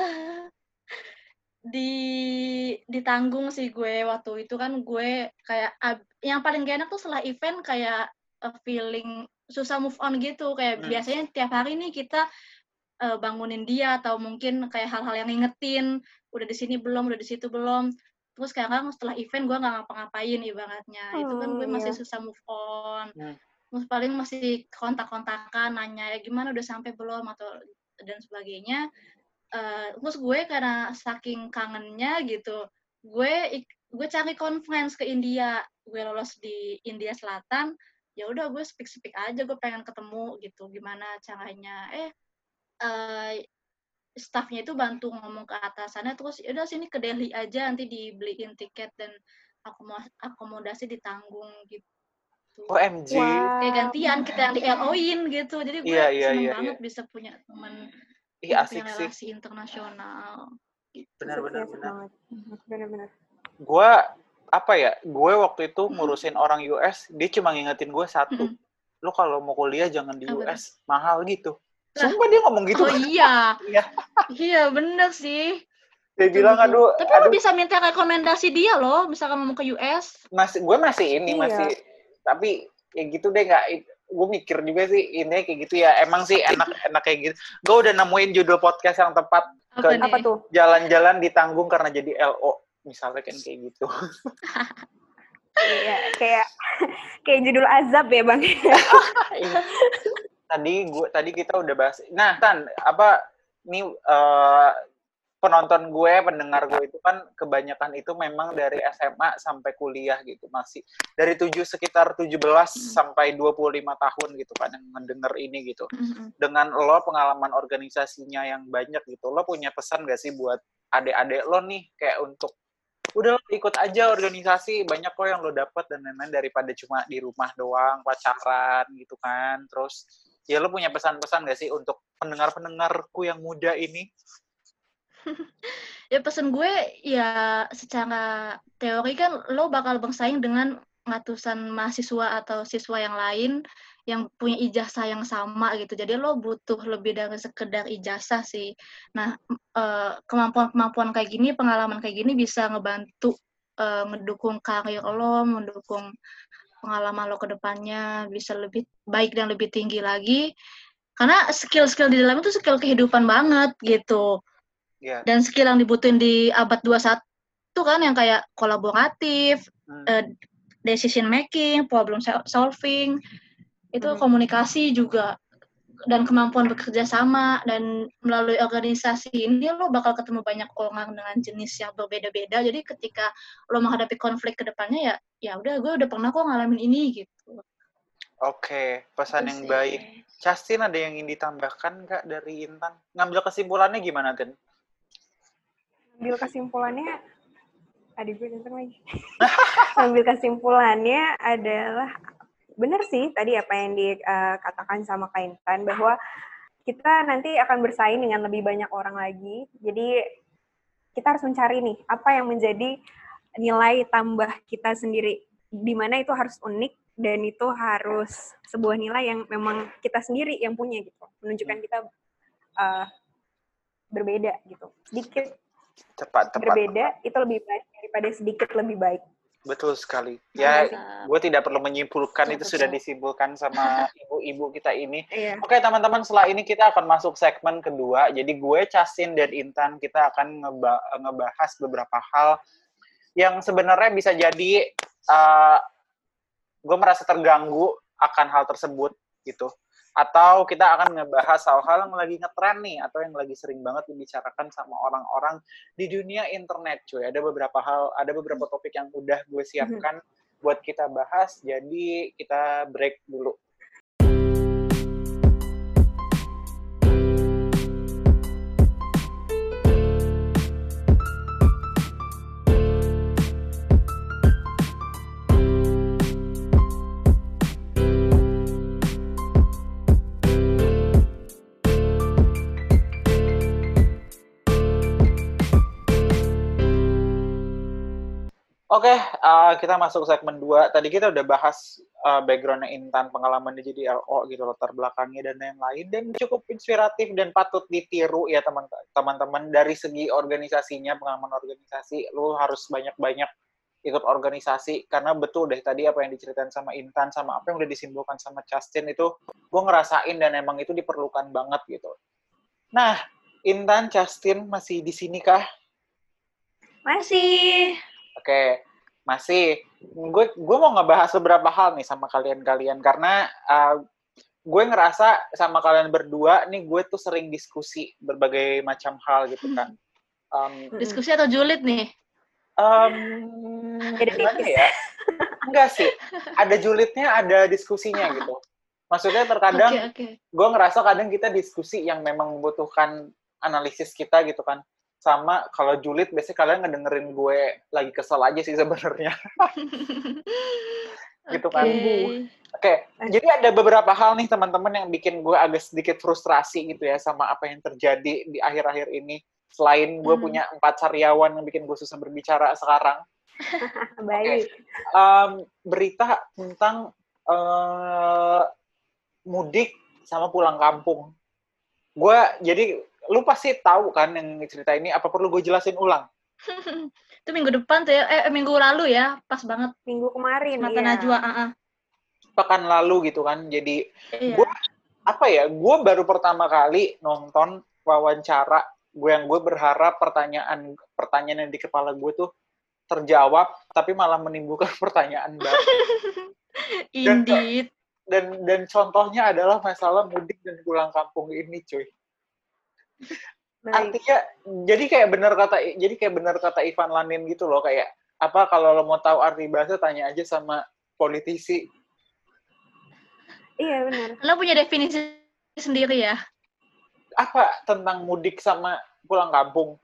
Ditanggung sih gue waktu itu kan. Gue kayak yang paling gak enak tuh setelah event kayak feeling susah move on gitu, kayak biasanya tiap hari nih kita bangunin dia, atau mungkin kayak hal-hal yang ngingetin udah di sini belum, udah di situ belum. Terus sekarang setelah event gue nggak ngapa-ngapain ibaratnya, itu kan gue masih susah move on. Terus paling masih kontak-kontakan, nanya ya gimana, udah sampai belum, atau dan sebagainya. Terus gue karena saking kangennya gitu, gue cari conference ke India. Gue lolos di India Selatan, ya udah gue speak aja, gue pengen ketemu gitu, gimana caranya. Staffnya itu bantu ngomong ke atasannya, terus udah sini ke Delhi aja, nanti dibeliin tiket dan akomodasi ditanggung gitu. OMG. Kayak gantian kita yang di LO-in gitu. Jadi gue seneng banget bisa punya teman, asik punya relasi sih. Internasional. Gitu. Benar-benar. Gue gue waktu itu ngurusin orang US, dia cuma ngingetin gue satu, lo kalau mau kuliah jangan di US, mahal gitu. Sumpah dia ngomong gitu. Oh iya. Iya bener sih. Dia bilang aduh. Tapi lo bisa minta rekomendasi dia loh, misalkan mau ke US. Gue masih tapi ya gitu deh, nggak. Gue mikir juga sih ini kayak gitu ya. Emang sih enak kayak gitu. Gue udah nemuin judul podcast yang tepat. Apa tuh? Jalan-jalan ditanggung karena jadi LO. Misalnya kan kayak gitu. Iya, kayak judul azab ya Bang. Tadi kita udah bahas. Nah, Tan, penonton gue, pendengar gue itu kan kebanyakan itu memang dari SMA sampai kuliah gitu, masih dari sekitar 17 sampai 25 tahun gitu kan yang mendengar ini gitu. Dengan lo pengalaman organisasinya yang banyak gitu, lo punya pesan gak sih buat adik-adik lo nih, kayak untuk udah ikut aja organisasi, banyak kok yang lo dapat dan lain-lain, daripada cuma di rumah doang pacaran gitu kan. Terus ya lo punya pesan-pesan gak sih untuk pendengar-pendengarku yang muda ini? Ya pesan gue ya, secara teori kan lo bakal bersaing dengan ratusan mahasiswa atau siswa yang lain yang punya ijazah yang sama gitu. Jadi lo butuh lebih dari sekedar ijazah sih. Nah, kemampuan-kemampuan kayak gini, pengalaman kayak gini bisa ngebantu ngedukung karir lo, mendukung pengalaman lo ke depannya bisa lebih baik dan lebih tinggi lagi. Karena skill-skill di dalam itu skill kehidupan banget gitu. Yeah. Dan skill yang dibutuhin di abad 21 kan yang kayak kolaboratif, decision making, problem solving, itu komunikasi juga, dan kemampuan bekerja sama. Dan melalui organisasi ini lo bakal ketemu banyak orang dengan jenis yang berbeda-beda. Jadi ketika lo menghadapi konflik ke depannya ya udah, gue udah pernah kok ngalamin ini gitu. Oke, pesan yang baik. Justin, ada yang ingin ditambahkan nggak dari Intan? Ngambil kesimpulannya gimana, Tin? Ngambil kesimpulannya, adik gue datang lagi. Ngambil kesimpulannya adalah, benar sih tadi apa yang dikatakan sama Kak Intan, bahwa kita nanti akan bersaing dengan lebih banyak orang lagi. Jadi kita harus mencari nih, apa yang menjadi nilai tambah kita sendiri. Di mana itu harus unik, dan itu harus sebuah nilai yang memang kita sendiri yang punya gitu. Menunjukkan kita berbeda gitu. Sedikit tepat. Berbeda itu lebih baik daripada sedikit lebih baik. Betul sekali. Ya, gue tidak perlu menyimpulkan, itu sudah disimpulkan sama ibu-ibu kita ini. Iya. Oke, teman-teman, setelah ini kita akan masuk segmen kedua. Jadi gue, Justin, dan Intan, kita akan ngebahas beberapa hal yang sebenarnya bisa jadi gue merasa terganggu akan hal tersebut gitu. Atau kita akan ngebahas hal-hal yang lagi ngetren nih, atau yang lagi sering banget dibicarakan sama orang-orang di dunia internet, cuy. Ada beberapa topik yang udah gue siapkan buat kita bahas, jadi kita break dulu. Oke, kita masuk segmen 2. Tadi kita udah bahas background-nya Intan, pengalamannya jadi LO gitu, latar belakangnya dan lain-lain, dan cukup inspiratif dan patut ditiru ya teman-teman. Dari segi organisasinya, pengalaman organisasi, lu harus banyak-banyak ikut organisasi, karena betul deh tadi apa yang diceritain sama Intan, sama apa yang udah disimpulkan sama Justin, itu gue ngerasain dan emang itu diperlukan banget gitu. Nah, Intan, Justin masih di sini kah? Masih. Oke, masih. Gue mau ngebahas beberapa hal nih sama kalian-kalian, karena gue ngerasa sama kalian berdua nih, gue tuh sering diskusi berbagai macam hal gitu kan. Diskusi atau julid nih? Gimana ya? Enggak sih, ada julidnya, ada diskusinya gitu. Maksudnya terkadang gue ngerasa kadang kita diskusi yang memang membutuhkan analisis kita gitu kan. Sama kalau julid biasanya kalian ngedengerin gue lagi kesel aja sih sebenarnya. Gitu kan. Oke, jadi ada beberapa hal nih teman-teman yang bikin gue agak sedikit frustrasi gitu ya sama apa yang terjadi di akhir-akhir ini. Selain gue punya 4 sariawan yang bikin gue susah berbicara sekarang. Baik. Berita tentang mudik sama pulang kampung. Jadi lu pasti tahu kan yang cerita ini, apa perlu gue jelasin ulang? Itu minggu depan tuh ya, minggu lalu ya, pas banget. Minggu kemarin, Mata Najwa, Pekan lalu gitu kan, jadi gue baru pertama kali nonton wawancara, gue berharap pertanyaan yang di kepala gue tuh terjawab, tapi malah menimbulkan pertanyaan baru. Indeed. Dan contohnya adalah masalah mudik dan pulang kampung ini, cuy. Artinya jadi kayak benar kata Ivan Lanin gitu loh, kayak apa, kalau lo mau tahu arti bahasa tanya aja sama politisi. Iya benar. Lo punya definisi sendiri ya? Apa tentang mudik sama pulang kampung?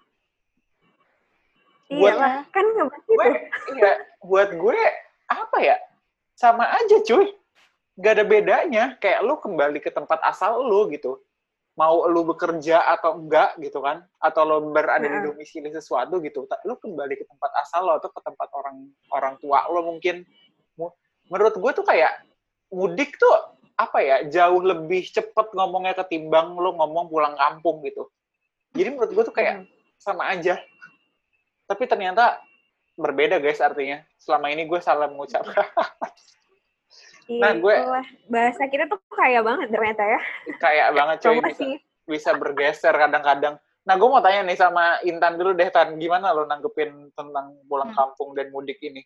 Iya kan nggak begitu. Iya, buat gue apa ya? Sama aja cuy. Gak ada bedanya, kayak lu kembali ke tempat asal lu gitu. Mau lu bekerja atau enggak gitu kan, atau lo berada di domisili sesuatu gitu, lu kembali ke tempat asal lo atau ke tempat orang tua lo mungkin. Menurut gue tuh kayak mudik tuh apa ya, jauh lebih cepet ngomongnya ketimbang lo ngomong pulang kampung gitu. Jadi menurut gue tuh kayak sama aja. Tapi ternyata berbeda guys artinya. Selama ini gue salah mengucapkan. Nah, gue bahasa kita tuh kaya banget ternyata ya. Kayak banget coy, bisa bergeser kadang-kadang. Nah, gue mau tanya nih sama Intan dulu deh, Tan. Gimana lo nanggepin tentang pulang kampung dan mudik ini?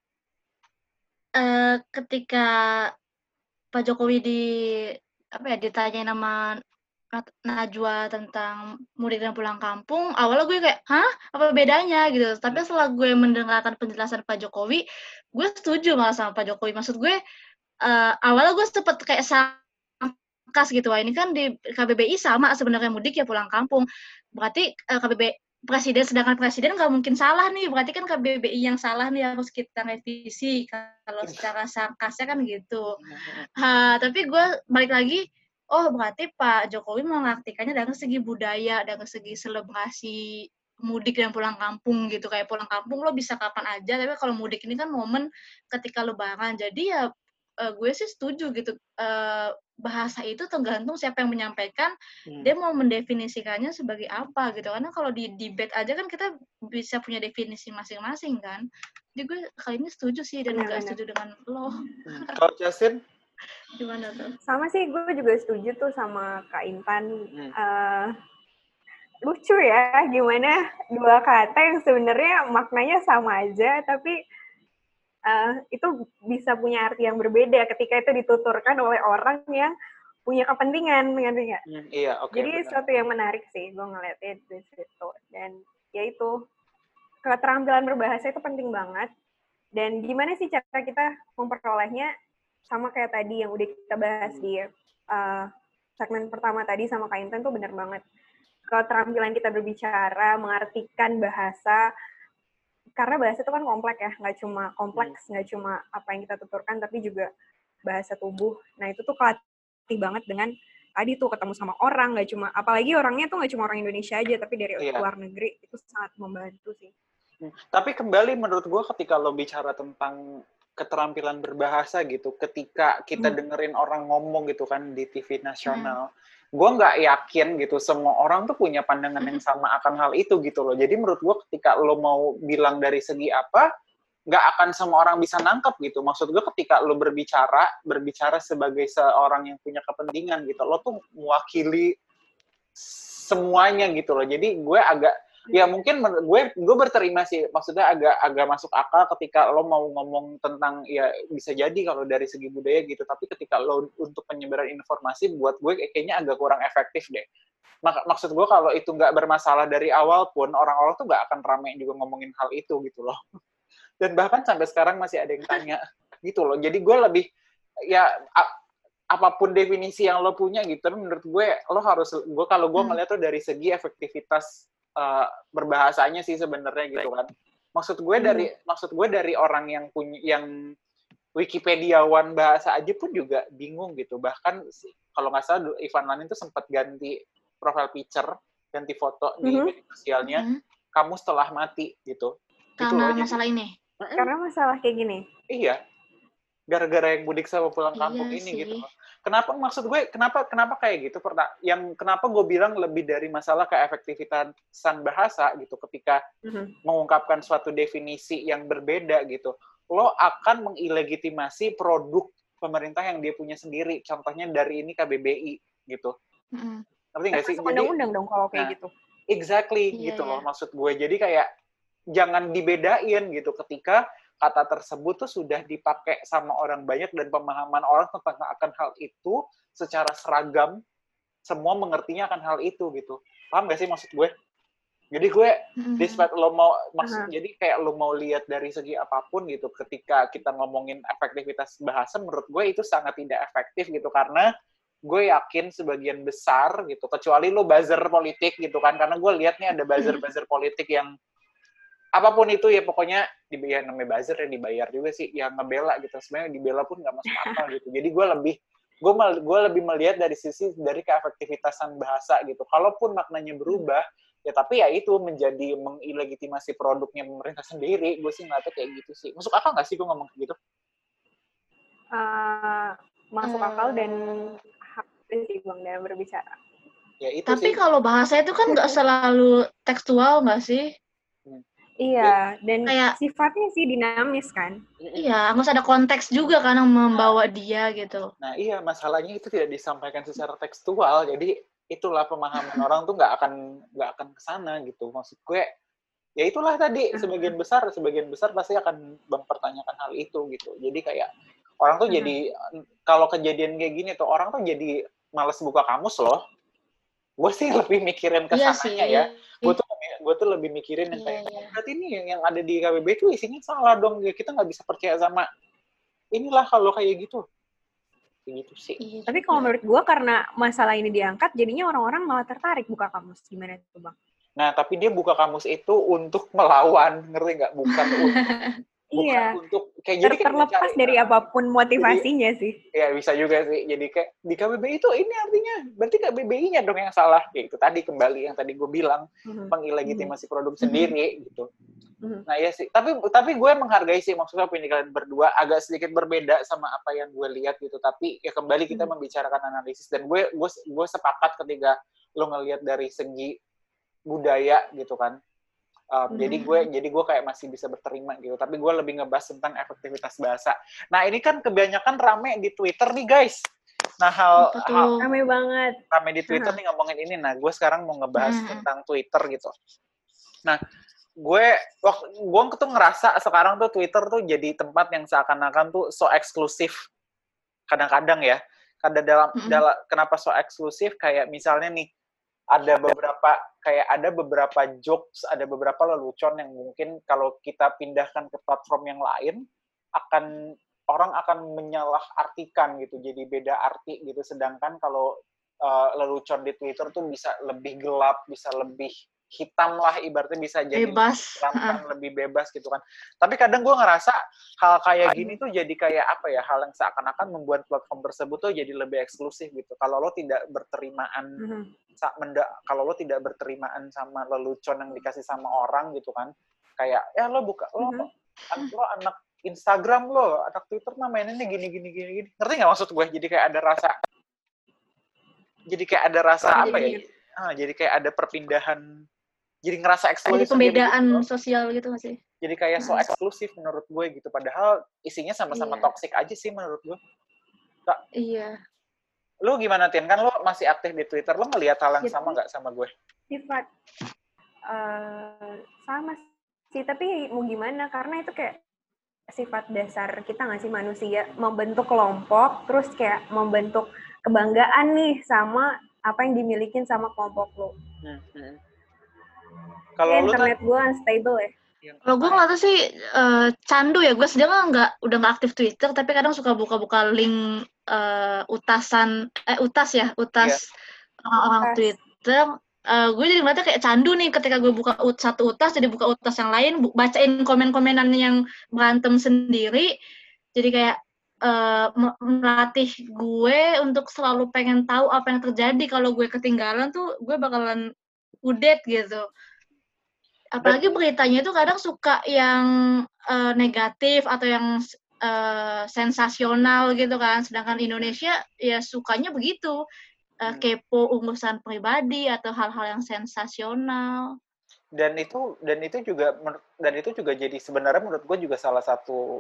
Ketika Pak Jokowi ditanyain sama Najwa tentang mudik dan pulang kampung, awalnya gue kayak, hah? Apa bedanya gitu. Tapi setelah gue mendengarkan penjelasan Pak Jokowi, gue setuju malah sama Pak Jokowi. Maksud gue, awalnya gue sempet kayak sangkas gitu, wah ini kan di KBBI sama sebenarnya mudik ya pulang kampung. Berarti sedangkan presiden nggak mungkin salah nih, berarti kan KBBI yang salah nih, harus kita revisi kalau secara sangkasnya kan gitu. Tapi gue balik lagi, oh berarti Pak Jokowi mengartikannya dari segi budaya, dari segi selebrasi mudik dan pulang kampung gitu. Kayak pulang kampung lo bisa kapan aja, tapi kalau mudik ini kan momen ketika lebaran. Jadi ya gue sih setuju gitu. Bahasa itu tergantung siapa yang menyampaikan, dia mau mendefinisikannya sebagai apa gitu. Karena kalau di debate aja kan kita bisa punya definisi masing-masing kan. Jadi gue kali ini setuju sih dan nggak setuju dengan lo. Kalau Justin? Gimana tuh? Sama sih, gue juga setuju tuh sama Kak Intan. Lucu ya, gimana dua kata yang sebenarnya maknanya sama aja, tapi itu bisa punya arti yang berbeda ketika itu dituturkan oleh orang yang punya kepentingan, ngerti nggak? Iya, oke. Jadi sesuatu yang menarik sih, gue ngeliatnya di situ. Dan ya itu, keterampilan berbahasa itu penting banget. Dan gimana sih cara kita memperolehnya? Sama kayak tadi yang udah kita bahas di segmen pertama tadi sama Kak Intan tuh benar banget. Keterampilan kita berbicara, mengartikan bahasa, karena bahasa itu kan kompleks ya, nggak cuma apa yang kita tuturkan, tapi juga bahasa tubuh. Nah itu tuh kelatih banget dengan tadi tuh ketemu sama orang, nggak cuma, apalagi orangnya tuh nggak cuma orang Indonesia aja, tapi dari luar negeri, itu sangat membantu sih. Tapi kembali menurut gue ketika lo bicara tentang keterampilan berbahasa gitu, ketika kita dengerin orang ngomong gitu kan di TV nasional, gue nggak yakin gitu semua orang tuh punya pandangan yang sama akan hal itu gitu loh. Jadi menurut gue ketika lo mau bilang dari segi apa, nggak akan semua orang bisa nangkep gitu. Maksud gue ketika lo berbicara sebagai seorang yang punya kepentingan gitu, lo tuh mewakili semuanya gitu loh. Jadi gue agak ya mungkin gue berterima sih, maksudnya agak masuk akal ketika lo mau ngomong tentang ya bisa jadi kalau dari segi budaya gitu, tapi ketika lo untuk penyebaran informasi buat gue kayaknya agak kurang efektif deh. Maksud gue kalau itu nggak bermasalah dari awal pun orang-orang tuh nggak akan ramai juga ngomongin hal itu gitu loh. Dan bahkan sampai sekarang masih ada yang tanya gitu loh. Jadi gue lebih ya apapun definisi yang lo punya gitu, menurut gue lo harus, kalau gue ngeliat tuh dari segi efektivitas berbahasanya sih sebenarnya gitu kan. Maksud gue dari orang yang Wikipediawan bahasa aja pun juga bingung gitu. Bahkan kalau nggak salah Ivan Lanin tuh sempat ganti profile picture, ganti foto di media sosialnya, kamu setelah mati gitu. Karena gitu masalah ini. Karena masalah kayak gini. Iya. Gara-gara yang mudik sama pulang kampung ini gitu. Kenapa, maksud gue, kenapa kayak gitu? Kenapa gue bilang lebih dari masalah keefektivitasan bahasa gitu, ketika mengungkapkan suatu definisi yang berbeda gitu, lo akan mengilegitimasi produk pemerintah yang dia punya sendiri. Contohnya dari ini KBBI gitu. Ngerti nggak sih? Undang-undang dong kalau kayak gitu. Exactly gitu loh maksud gue. Jadi kayak jangan dibedain gitu ketika kata tersebut tuh sudah dipakai sama orang banyak dan pemahaman orang tentang akan hal itu secara seragam, semua mengertinya akan hal itu gitu. Paham gak sih maksud gue? Jadi gue, despite lo mau jadi kayak lo mau lihat dari segi apapun gitu, ketika kita ngomongin efektivitas bahasa, menurut gue itu sangat tidak efektif gitu, karena gue yakin sebagian besar gitu, kecuali lo buzzer politik gitu kan, karena gue lihat nih ada buzzer politik yang apapun itu ya pokoknya dibayar, namanya buzzer ya dibayar juga sih, yang ngebela gitu, sebenarnya dibela pun nggak masuk akal gitu. Jadi gue lebih melihat dari sisi dari keefektivitasan bahasa gitu. Kalaupun maknanya berubah ya, tapi ya itu menjadi mengilegitimasi produknya pemerintah sendiri. Gue sih ngeliatnya kayak gitu sih. Masuk akal nggak sih gue ngomong kayak gitu? Masuk akal dan hak sih Bang dalam berbicara. Ya, itu tapi sih. Kalau bahasa itu kan nggak selalu tekstual nggak sih? Iya, dan kayak sifatnya sih dinamis kan. Iya, harus ada konteks juga kan yang membawa dia gitu. Nah iya, masalahnya itu tidak disampaikan secara tekstual, jadi itulah pemahaman orang tuh nggak akan kesana gitu. Maksud gue ya itulah tadi sebagian besar pasti akan mempertanyakan hal itu gitu. Jadi kayak orang tuh jadi kalau kejadian kayak gini tuh orang tuh jadi males buka kamus loh. Gue sih lebih mikirin kesananya ya. Gue tuh lebih mikirin yang kayak berarti ini yang ada di KBB itu isinya salah dong. Kita nggak bisa percaya sama inilah kalau kayak gitu. Gitu sih. Tapi kalau menurut gue karena masalah ini diangkat, jadinya orang-orang malah tertarik buka kamus. Gimana itu, Bang? Nah, tapi dia buka kamus itu untuk melawan, ngerti nggak? Bukan untuk kayak jadi terlepas dari apapun motivasinya sih. Ya bisa juga sih. Jadi kayak di KBBI itu ini artinya berarti KBBI-nya dong yang salah. Ya, itu tadi kembali yang tadi gue bilang pengilegitimasi produk sendiri gitu. Nah ya sih. Tapi gue menghargai sih maksudnya opini kalian berdua agak sedikit berbeda sama apa yang gue lihat gitu. Tapi ya kembali kita membicarakan analisis dan gue sepakat ketika lo ngelihat dari segi budaya gitu kan. Jadi gue kayak masih bisa berterima gitu. Tapi gue lebih ngebahas tentang efektivitas bahasa. Nah ini kan kebanyakan rame di Twitter nih guys. Nah rame banget. Rame di Twitter nih ngomongin ini. Nah gue sekarang mau ngebahas tentang Twitter gitu. Nah gue tuh ngerasa sekarang tuh Twitter tuh jadi tempat yang seakan-akan tuh so eksklusif. Kadang-kadang ya. Kenapa so eksklusif? Kayak misalnya nih ada beberapa jokes, ada beberapa lelucon yang mungkin kalau kita pindahkan ke platform yang lain orang akan menyalahartikan gitu, jadi beda arti gitu. Sedangkan kalau lelucon di Twitter tuh bisa lebih gelap, bisa lebih hitam lah, ibaratnya bisa jadi lebih bebas gitu kan. Tapi kadang gue ngerasa hal kayak gini tuh jadi kayak apa ya, hal yang seakan-akan membuat platform tersebut tuh jadi lebih eksklusif gitu. Kalau lo tidak berterimaan kalau lo tidak berterimaan sama lelucon yang dikasih sama orang gitu kan, kayak ya lo anak Instagram lo, anak Twitter mah mainnya gini, ngerti nggak maksud gue? Jadi kayak ada rasa apa ya? Jadi kayak ada perpindahan, jadi ngerasa eksklusif. Ada pembedaan gitu. Sosial gitu nggak sih? Jadi kayak so eksklusif menurut gue gitu. Padahal isinya sama-sama toksik aja sih menurut gue. Iya. Lu gimana, Tin? Kan lu masih aktif di Twitter. Lu ngelihat hal yang sama nggak sama gue? Sifat. Sama sih. Tapi mau gimana? Karena itu kayak sifat dasar kita nggak sih manusia. Membentuk kelompok, terus kayak membentuk kebanggaan nih sama apa yang dimilikin sama kelompok lu. Kalau internet gue unstable ya. Kalau gue ngeliatnya sih candu ya. Gue sedang udah nggak aktif Twitter, tapi kadang suka buka-buka link utas orang Twitter. Gue jadi ngeliatnya kayak candu nih ketika gue buka satu utas, jadi buka utas yang lain, bacain komen-komenan yang berantem sendiri. Jadi kayak melatih gue untuk selalu pengen tahu apa yang terjadi. Kalau gue ketinggalan tuh gue bakalan udet gitu. Apalagi beritanya itu kadang suka yang negatif atau yang sensasional gitu kan. Sedangkan Indonesia ya sukanya begitu, kepo urusan pribadi atau hal-hal yang sensasional. Dan itu juga jadi sebenarnya menurut gue juga salah satu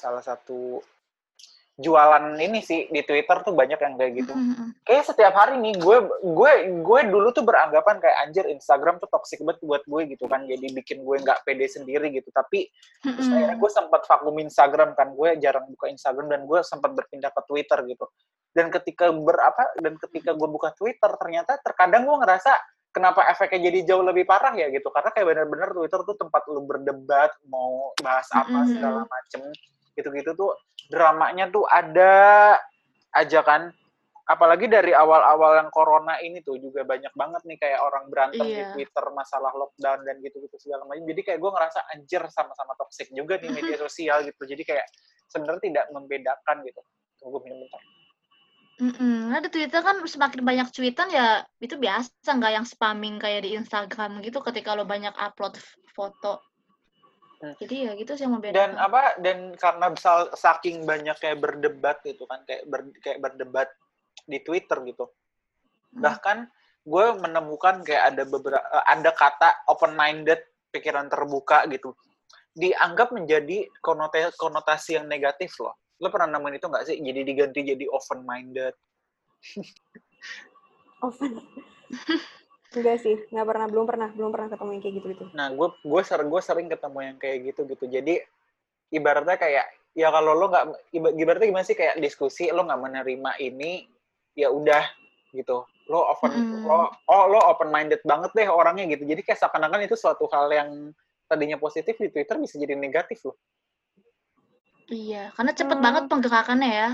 jualan ini sih di Twitter tuh banyak yang kayak gitu. Kayak setiap hari nih gue dulu tuh beranggapan kayak anjir Instagram tuh toxic banget buat gue gitu kan, jadi bikin gue nggak pede sendiri gitu. Tapi terus akhirnya gue sempat vakum Instagram kan, gue jarang buka Instagram dan gue sempat berpindah ke Twitter gitu. Dan ketika gue buka Twitter ternyata terkadang gue ngerasa kenapa efeknya jadi jauh lebih parah ya gitu, karena kayak benar-benar Twitter tuh tempat lu berdebat mau bahas apa segala macem gitu-gitu tuh dramanya tuh ada aja kan. Apalagi dari awal-awal yang corona ini tuh juga banyak banget nih kayak orang berantem di Twitter masalah lockdown dan gitu-gitu segala macam. Jadi kayak gue ngerasa anjir sama-sama toxic juga di media sosial gitu. Jadi kayak sebenarnya tidak membedakan gitu. Tunggu bentar. Di Twitter kan semakin banyak cuitan ya itu biasa, nggak yang spamming kayak di Instagram gitu ketika lo banyak upload foto. Jadi ya gitu sih yang membedakan. Dan karena saking banyak kayak berdebat gitu kan, kayak berdebat di Twitter gitu. Bahkan gue menemukan kayak ada kata open minded, pikiran terbuka gitu, dianggap menjadi konotasi yang negatif loh. Lo pernah nemuin itu nggak sih? Jadi diganti jadi open minded. Oven. Enggak sih, belum pernah ketemu yang kayak gitu. Nah, gue sering ketemu yang kayak gitu. Jadi ibaratnya kayak ya kalau lo nggak ibaratnya gimana sih, kayak diskusi lo nggak menerima ini, ya udah gitu. Lo open minded banget deh orangnya gitu. Jadi kayak seakan-akan itu suatu hal yang tadinya positif di Twitter bisa jadi negatif loh. Iya, karena cepet banget penggerakannya ya.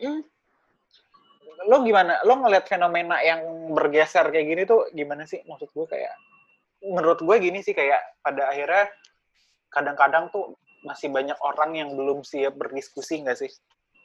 Lo gimana? Lo ngeliat fenomena yang bergeser kayak gini tuh gimana sih? Maksud gue kayak, menurut gue gini sih, kayak pada akhirnya kadang-kadang tuh masih banyak orang yang belum siap berdiskusi nggak sih?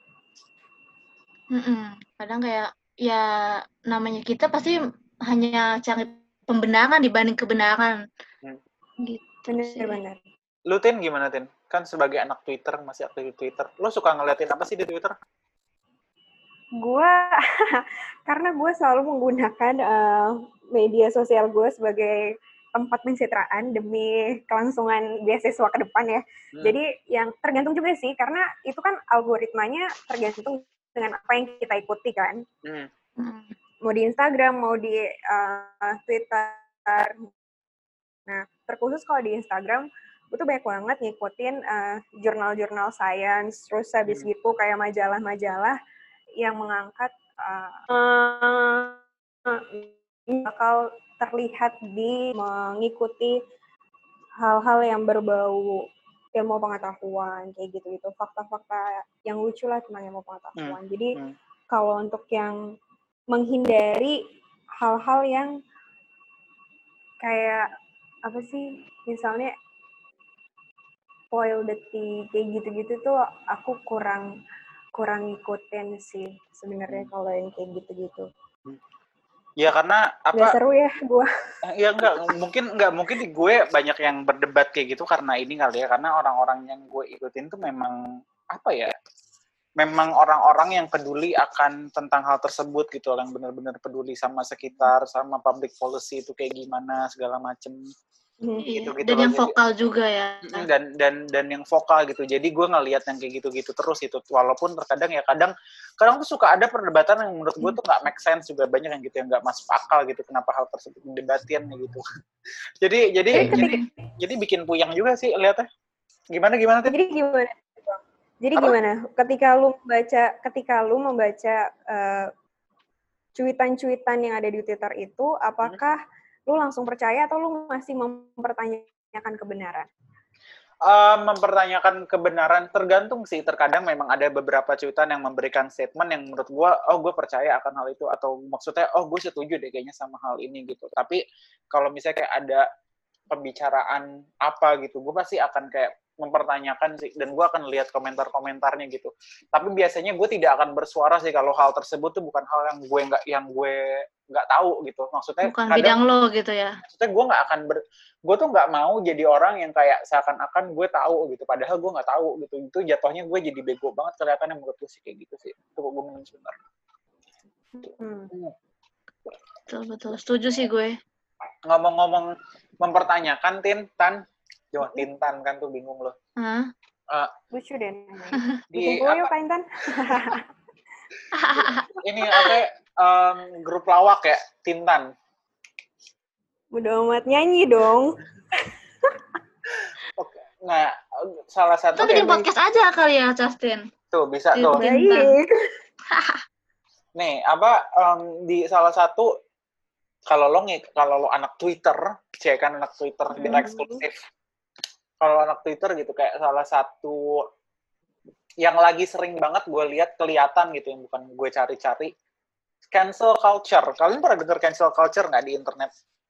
Kadang kayak ya namanya kita pasti hanya cari pembenaran dibanding kebenaran. Gitu sih. Bener-bener. Lu Tin gimana Tin? Kan sebagai anak Twitter, masih aktif di Twitter. Lo suka ngeliatin apa sih di Twitter? Gue, karena gue selalu menggunakan media sosial gue sebagai tempat pencitraan demi kelangsungan beasiswa ke depan ya. Jadi yang tergantung juga sih, karena itu kan algoritmanya tergantung dengan apa yang kita ikuti kan. Mau di Instagram, mau di Twitter. Nah, terkhusus kalau di Instagram, gue tuh banyak banget ngikutin jurnal-jurnal sains, terus habis gitu kayak majalah-majalah yang mengangkat bakal terlihat di mengikuti hal-hal yang berbau ilmu pengetahuan kayak gitu, fakta-fakta yang lucu lah tentang ilmu pengetahuan. Jadi kalau untuk yang menghindari hal-hal yang kayak apa sih, misalnya spoil detik kayak gitu-gitu tuh aku kurang ngikutin sih sebenarnya kalau yang kayak gitu-gitu. Ya karena apa? Nggak seru ya gue. Ya nggak mungkin gue banyak yang berdebat kayak gitu karena ini kali ya, karena orang-orang yang gue ikutin tuh memang apa ya? Memang orang-orang yang peduli akan tentang hal tersebut gitu, yang benar-benar peduli sama sekitar, sama public policy itu kayak gimana segala macem. Gitu dan yang vokal juga ya. Dan yang vokal gitu. Jadi gue ngelihat yang kayak gitu-gitu terus itu, walaupun terkadang ya kadang tuh suka ada perdebatan yang menurut gue tuh nggak make sense juga, banyak yang gitu yang nggak masuk akal gitu, kenapa hal tersebut didebatin gitu. jadi bikin puyeng juga sih lihatnya. Gimana Tim? Jadi gimana? Ketika lu membaca cuitan-cuitan yang ada di Twitter itu, apakah lu langsung percaya atau lu masih mempertanyakan kebenaran? Mempertanyakan kebenaran tergantung sih. Terkadang memang ada beberapa cuitan yang memberikan statement yang menurut gue, gue percaya akan hal itu, atau maksudnya gue setuju deh kayaknya sama hal ini gitu. Tapi kalau misalnya kayak ada pembicaraan apa gitu, gue pasti akan kayak mempertanyakan sih, dan gue akan lihat komentar-komentarnya gitu. Tapi biasanya gue tidak akan bersuara sih kalau hal tersebut tuh bukan hal yang gue nggak tahu gitu. Maksudnya bukan bidang lo gitu ya. Maksudnya gue tuh nggak mau jadi orang yang kayak seakan-akan gue tahu gitu, padahal gue nggak tahu gitu. Itu jatuhnya gue jadi bego banget kelihatannya, menurut gue sih kayak gitu sih. Tunggu gue minum sebentar. Betul, setuju sih gue. Ngomong-ngomong mempertanyakan Tintan kan tuh bingung loh. Lucu deh. Dikumpul yuk Kak Intan. Ini apa? Grup lawak ya, Tintan. Udah amat nyanyi dong. Oke. Nah, salah satu tuh bikin podcast aja kali ya, Justin. Tuh bisa tuh. Baik. Nih, di salah satu, kalau lo anak Twitter, kan anak Twitter biar eksklusif. Kalau anak Twitter gitu, kayak salah satu yang lagi sering banget gue lihat kelihatan gitu, yang bukan gue cari-cari, cancel culture. Kalian pernah dengar cancel culture nggak di internet?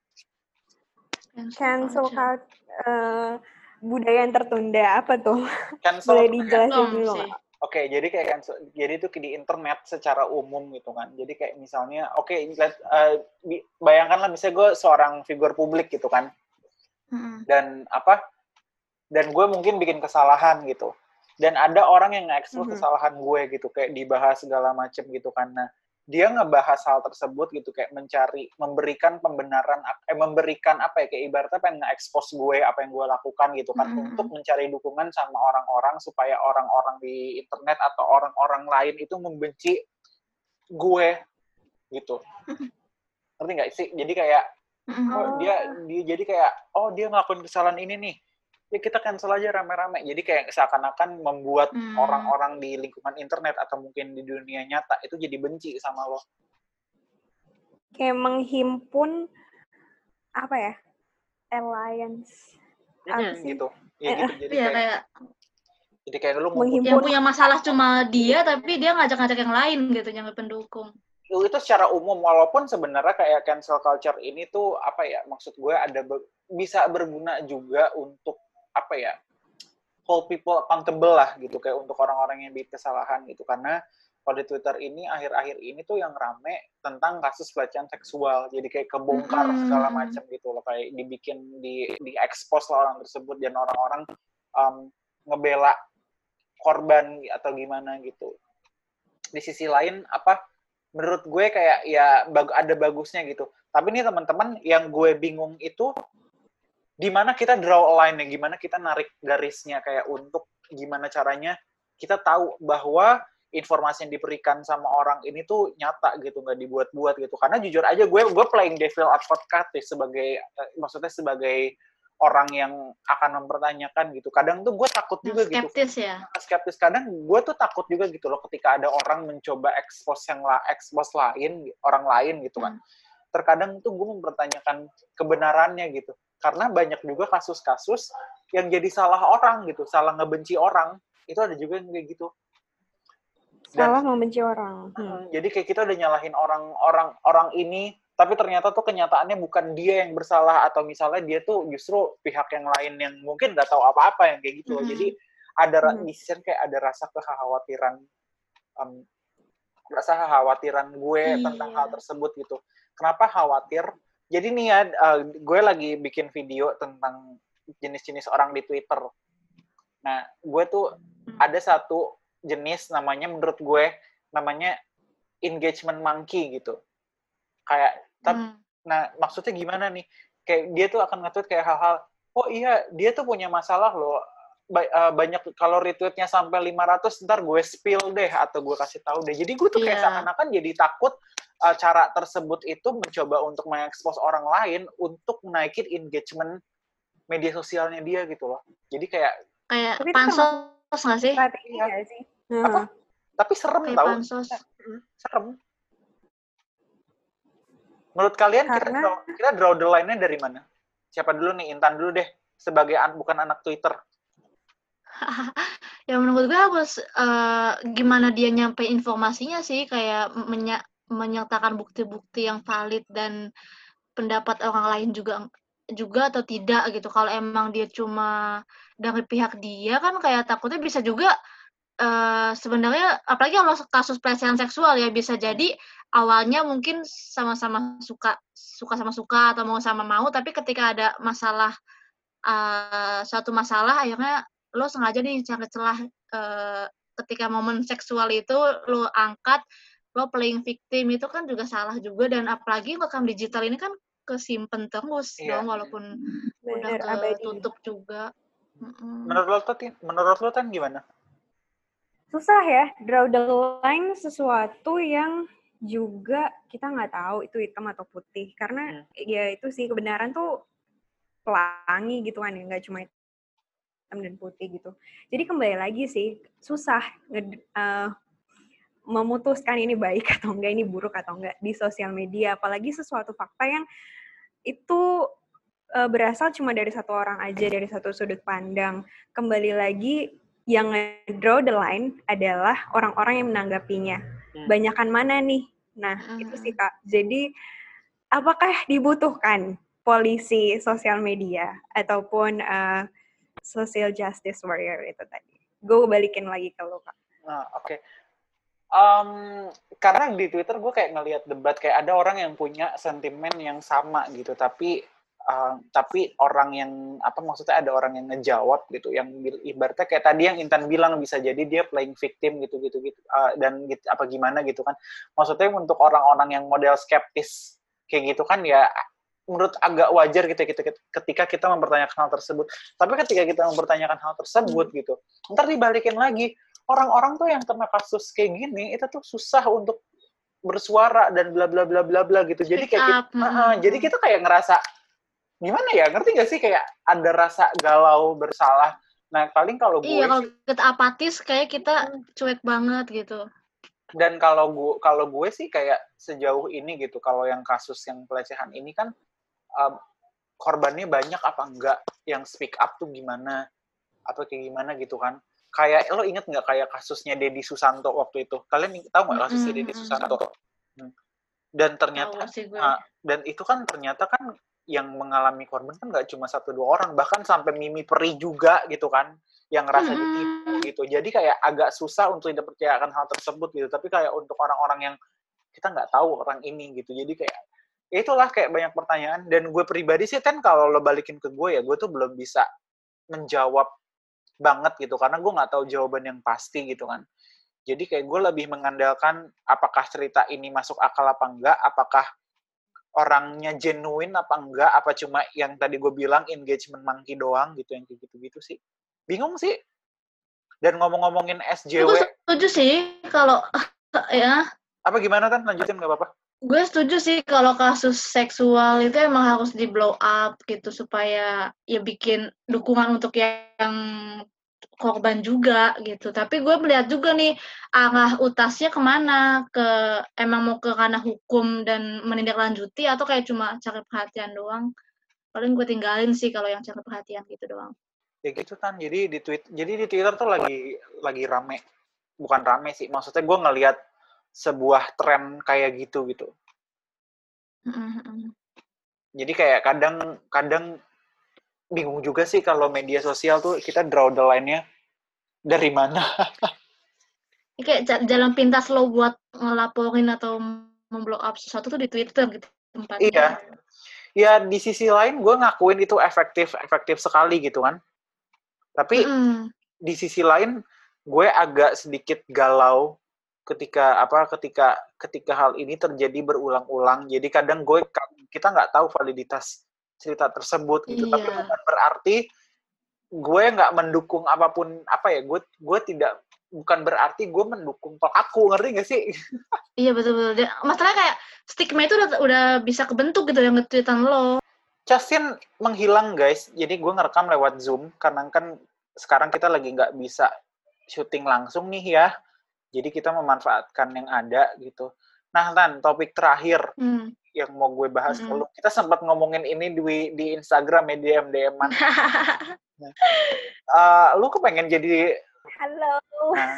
Cancel culture, budaya yang tertunda, apa tuh? Cancel boleh dijelasin dulu nggak? Oke, jadi kayak cancel, jadi itu di internet secara umum gitu kan. Jadi kayak misalnya, bayangkanlah misalnya gue seorang figur publik gitu kan, dan gue mungkin bikin kesalahan gitu, dan ada orang yang nge-expose kesalahan gue gitu, kayak dibahas segala macem gitu kan. Nah, dia ngebahas hal tersebut gitu, kayak memberikan pembenaran, memberikan apa ya, kayak ibaratnya pengen nge-expose gue apa yang gue lakukan gitu kan, untuk mencari dukungan sama orang-orang supaya orang-orang di internet atau orang-orang lain itu membenci gue gitu. Ngerti nggak sih? Jadi kayak Mm-mm. dia jadi kayak dia ngelakuin kesalahan ini nih, ya kita cancel aja rame-rame. Jadi kayak seakan-akan membuat Hmm. orang-orang di lingkungan internet atau mungkin di dunia nyata itu jadi benci sama lo. Kayak menghimpun apa ya? Alliance. Apa sih? Gitu. Ya gitu. Iya kayak Jadi kayak lu ngumpulin yang Menghimpun punya masalah cuma dia, tapi dia ngajak-ngajak yang lain gitu, yang pendukung. itu secara umum, walaupun sebenarnya kayak cancel culture ini tuh apa ya, maksud gue bisa berguna juga untuk apa ya, hold people accountable lah gitu, kayak untuk orang-orang yang bikin kesalahan gitu. Karena kalau di Twitter ini akhir-akhir ini tuh yang rame tentang kasus pelecehan seksual, jadi kayak kebongkar segala macam gitu loh, kayak dibikin di expose lah orang tersebut, dan orang-orang ngebela korban atau gimana gitu. Di sisi lain menurut gue kayak ya ada bagusnya gitu. Tapi nih teman-teman, yang gue bingung itu di mana kita draw a line-nya, gimana kita narik garisnya, kayak untuk gimana caranya kita tahu bahwa informasi yang diberikan sama orang ini tuh nyata gitu, nggak dibuat-buat gitu. Karena jujur aja gue playing devil advocate sebagai maksudnya sebagai orang yang akan mempertanyakan gitu. Kadang tuh gue takut juga gitu. Skeptis ya. Skeptis, kadang gue tuh takut juga gitu loh ketika ada orang mencoba expose lain, orang lain gitu kan. Terkadang tuh gue mempertanyakan kebenarannya gitu. Karena banyak juga kasus-kasus yang jadi salah orang gitu, salah ngebenci orang. Itu ada juga yang kayak gitu. salah membenci orang. Jadi kayak kita udah nyalahin orang ini, tapi ternyata tuh kenyataannya bukan dia yang bersalah, atau misalnya dia tuh justru pihak yang lain yang mungkin nggak tahu apa-apa yang kayak gitu. Jadi ada di sisi kayak ada rasa kekhawatiran gue tentang hal tersebut gitu. Kenapa khawatir? Jadi nih ya, gue lagi bikin video tentang jenis-jenis orang di Twitter. Nah, gue tuh ada satu jenis menurut gue namanya engagement monkey gitu. Kayak nah, maksudnya gimana nih? Kayak dia tuh akan nge-tweet kayak hal-hal, oh iya, dia tuh punya masalah loh. Banyak, kalau retweetnya sampai 500, ntar gue spill deh, atau gue kasih tahu deh. Jadi gue tuh kayak seakan-akan jadi takut cara tersebut itu mencoba untuk mengekspos orang lain untuk menaikin engagement media sosialnya dia gitu loh. Jadi kayak pansos nggak sih? Strategi nggak sih? Apa? Tapi serem kayak tau. Pansos. Serem. Menurut kalian kita draw the line-nya dari mana? Siapa dulu nih? Intan dulu deh. Sebagai bukan anak Twitter. Ya menurut gue harus gimana dia nyampe informasinya sih, kayak menyertakan bukti-bukti yang valid dan pendapat orang lain juga atau tidak gitu. Kalau emang dia cuma dari pihak dia kan kayak takutnya bisa juga sebenarnya, apalagi kalau kasus pelecehan seksual ya, bisa jadi awalnya mungkin sama-sama suka sama suka atau mau sama mau, tapi ketika ada masalah, suatu masalah akhirnya lo sengaja nih cari celah, ketika momen seksual itu lo angkat, lo playing victim, itu kan juga salah juga. Dan apalagi rekam digital ini kan kesimpan terus dong, walaupun udah ketutup juga. Menurut lo Tan gimana? Susah ya, draw the line sesuatu yang juga kita nggak tahu itu hitam atau putih. Karena ya itu sih, kebenaran tuh pelangi gitu kan ya, nggak cuma hitam dan putih gitu. Jadi kembali lagi sih, susah memutuskan ini baik atau enggak, ini buruk atau enggak di sosial media. Apalagi sesuatu fakta yang itu berasal cuma dari satu orang aja, dari satu sudut pandang. Kembali lagi, yang draw the line adalah orang-orang yang menanggapinya. Banyakan mana nih? Nah, itu sih Kak. Jadi, apakah dibutuhkan polisi sosial media ataupun social justice warrior itu tadi? Gue balikin lagi ke lo, Kak. Oke. Karena di Twitter gue kayak ngelihat debat, kayak ada orang yang punya sentimen yang sama gitu, tapi orang yang maksudnya ada orang yang ngejawab gitu, yang ibaratnya kayak tadi yang Intan bilang, bisa jadi dia playing victim gitu dan gitu, apa gimana gitu kan. Maksudnya untuk orang-orang yang model skeptis kayak gitu kan, ya menurut agak wajar gitu ketika kita mempertanyakan hal tersebut. Tapi ketika kita mempertanyakan hal tersebut gitu, ntar dibalikin lagi, orang-orang tuh yang kena kasus kayak gini itu tuh susah untuk bersuara dan bla bla bla bla bla gitu. Jadi kayak jadi kita kayak ngerasa gimana ya, ngerti gak sih, kayak ada rasa galau, bersalah. Nah paling kalau gue Iya, kalau kita apatis kayak kita cuek banget gitu. Dan kalau gue sih kayak sejauh ini gitu, kalau yang kasus yang pelecehan ini kan korbannya banyak apa enggak, yang speak up tuh gimana, atau kayak gimana gitu kan. Kayak lo inget nggak kayak kasusnya Deddy Susanto waktu itu? Kalian tahu nggak kasusnya Deddy Susanto? Dan ternyata dan itu kan ternyata kan yang mengalami korban kan nggak cuma 1-2 orang, bahkan sampai Mimi Peri juga gitu kan, yang ngerasa ditipu gitu. Jadi kayak agak susah untuk tidak percayakan hal tersebut gitu. Tapi kayak untuk orang-orang yang kita nggak tahu orang ini gitu. Jadi kayak itulah kayak banyak pertanyaan. Dan gue pribadi sih kan kalau lo balikin ke gue ya, gue tuh belum bisa menjawab banget gitu, karena gue nggak tahu jawaban yang pasti gitu kan. Jadi kayak gue lebih mengandalkan apakah cerita ini masuk akal apa enggak, apakah orangnya genuine apa enggak, apa cuma yang tadi gue bilang engagement monkey doang gitu, yang kayak gitu-gitu sih. Bingung sih. Dan ngomong-ngomongin SJW. Gue setuju sih kalau ya. Apa gimana kan? Lanjutin nggak apa-apa. Gue setuju sih kalau kasus seksual itu emang harus di blow up gitu supaya ya bikin dukungan untuk yang korban juga gitu. Tapi gue melihat juga nih arah utasnya kemana, emang mau ke ranah hukum dan menindaklanjuti atau kayak cuma cari perhatian doang. Paling gue tinggalin sih kalau yang cari perhatian gitu doang. Ya gitu kan. Jadi di Twitter tuh lagi rame. Bukan rame sih, maksudnya gue ngelihat sebuah tren kayak gitu. Jadi kayak kadang bingung juga sih kalau media sosial tuh kita draw the line-nya dari mana. Kayak jalan pintas lo buat ngelaporin atau memblow up sesuatu tuh di Twitter gitu tempatnya. Iya. Ya di sisi lain gue ngakuin itu efektif sekali gitu kan. Tapi di sisi lain gue agak sedikit galau ketika hal ini terjadi berulang-ulang. Jadi kadang kita nggak tahu validitas cerita tersebut gitu. Tapi bukan berarti gue nggak mendukung apapun gue tidak, bukan berarti gue mendukung pelaku, ngerti nggak sih? Iya betul. Masalahnya kayak stigma itu udah bisa kebentuk gitu yang nge-tweetan lo. Justin menghilang guys. Jadi gue ngerekam lewat Zoom karena kan sekarang kita lagi nggak bisa syuting langsung nih ya. Jadi kita memanfaatkan yang ada gitu. Nah, Tan, topik terakhir yang mau gue bahas dulu. Kita sempat ngomongin ini di Instagram ya, DM-an. Lu kepengen jadi... Halo. Nah.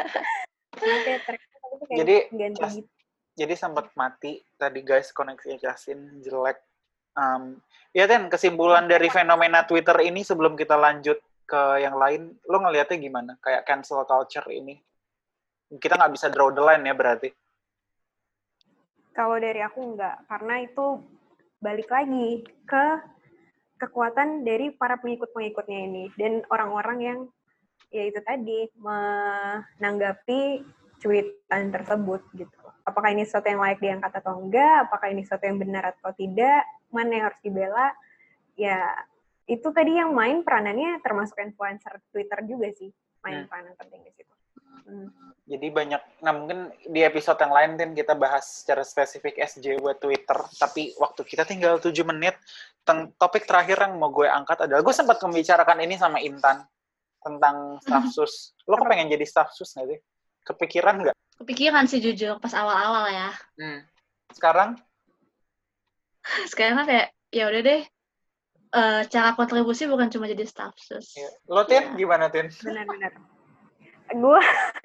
Jadi sempat mati tadi guys, koneksinya Justin jelek. Ya Tan, kesimpulan dari fenomena Twitter ini sebelum kita lanjut ke yang lain, lo ngelihatnya gimana? Kayak cancel culture ini. Kita nggak bisa draw the line ya berarti? Kalau dari aku enggak, karena itu balik lagi ke kekuatan dari para pengikut-pengikutnya ini dan orang-orang yang ya itu tadi menanggapi cuitan tersebut gitu. Apakah ini sesuatu yang layak diangkat atau enggak? Apakah ini sesuatu yang benar atau tidak? Mana yang harus dibela? Ya itu tadi yang main peranannya termasuk influencer Twitter juga sih, main peranan penting di situ. Jadi banyak, nah mungkin di episode yang lain kan kita bahas secara spesifik SJW Twitter, tapi waktu kita tinggal 7 menit. Topik terakhir yang mau gue angkat adalah, gue sempat membicarakan ini sama Intan, tentang staff sus. Lo kepengen jadi staff sus nggak sih? Kepikiran nggak? Kepikiran sih jujur, pas awal-awal ya. Sekarang? Sekarang kayak, ya udah deh, cara kontribusi bukan cuma jadi staff sus. Ya. Lo, Tin, gimana, Tin? Benar-benar. Gue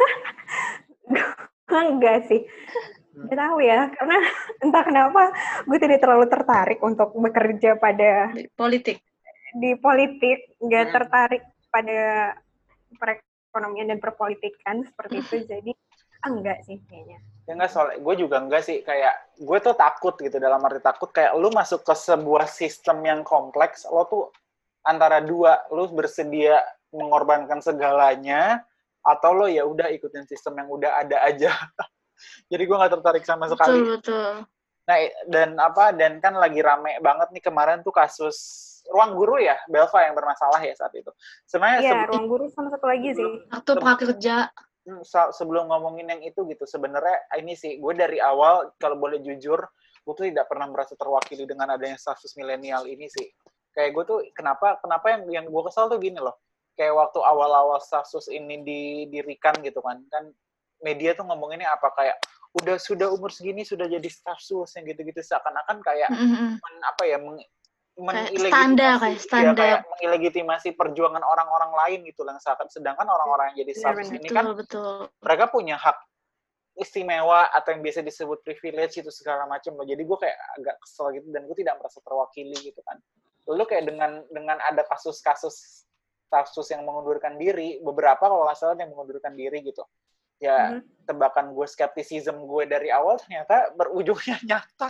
enggak sih. Gak tahu ya, karena entah kenapa gue tidak terlalu tertarik untuk bekerja pada politik. Di politik, nggak tertarik pada perekonomian dan perpolitikan seperti itu. Jadi enggak sih kayaknya. Ya enggak, soalnya gue juga enggak sih, kayak gue tuh takut gitu, dalam arti takut kayak lu masuk ke sebuah sistem yang kompleks, lo tuh antara dua, lu bersedia mengorbankan segalanya atau lo ya udah ikutin sistem yang udah ada aja. Jadi gue nggak tertarik sama sekali. Betul. Nah, dan kan lagi rame banget nih kemarin tuh kasus Ruang Guru ya, Belva yang bermasalah ya saat itu. Sebenarnya Iya, Ruang Guru sama satu lagi sih. Kartu prakerja. sebelum ngomongin yang itu gitu, sebenarnya ini sih gue dari awal kalau boleh jujur, gue tuh tidak pernah merasa terwakili dengan adanya status milenial ini sih. Kayak gue tuh kenapa yang gue kesal tuh gini loh. Kayak waktu awal-awal status ini didirikan gitu kan media tuh ngomonginnya apa kayak sudah umur segini sudah jadi status yang gitu-gitu seakan-akan kayak kayak mengelegitimasi perjuangan orang-orang lain gitu lah. Sedangkan orang-orang yang jadi status ini kan mereka punya hak istimewa atau yang biasa disebut privilege itu segala macam. Jadi gue kayak agak kesel gitu dan gue tidak merasa terwakili gitu kan. Lalu kayak dengan ada kasus-kasus status yang mengundurkan diri, beberapa kalau nggak salah yang mengundurkan diri gitu. Ya tebakan gue, skeptisism gue dari awal ternyata berujungnya nyata.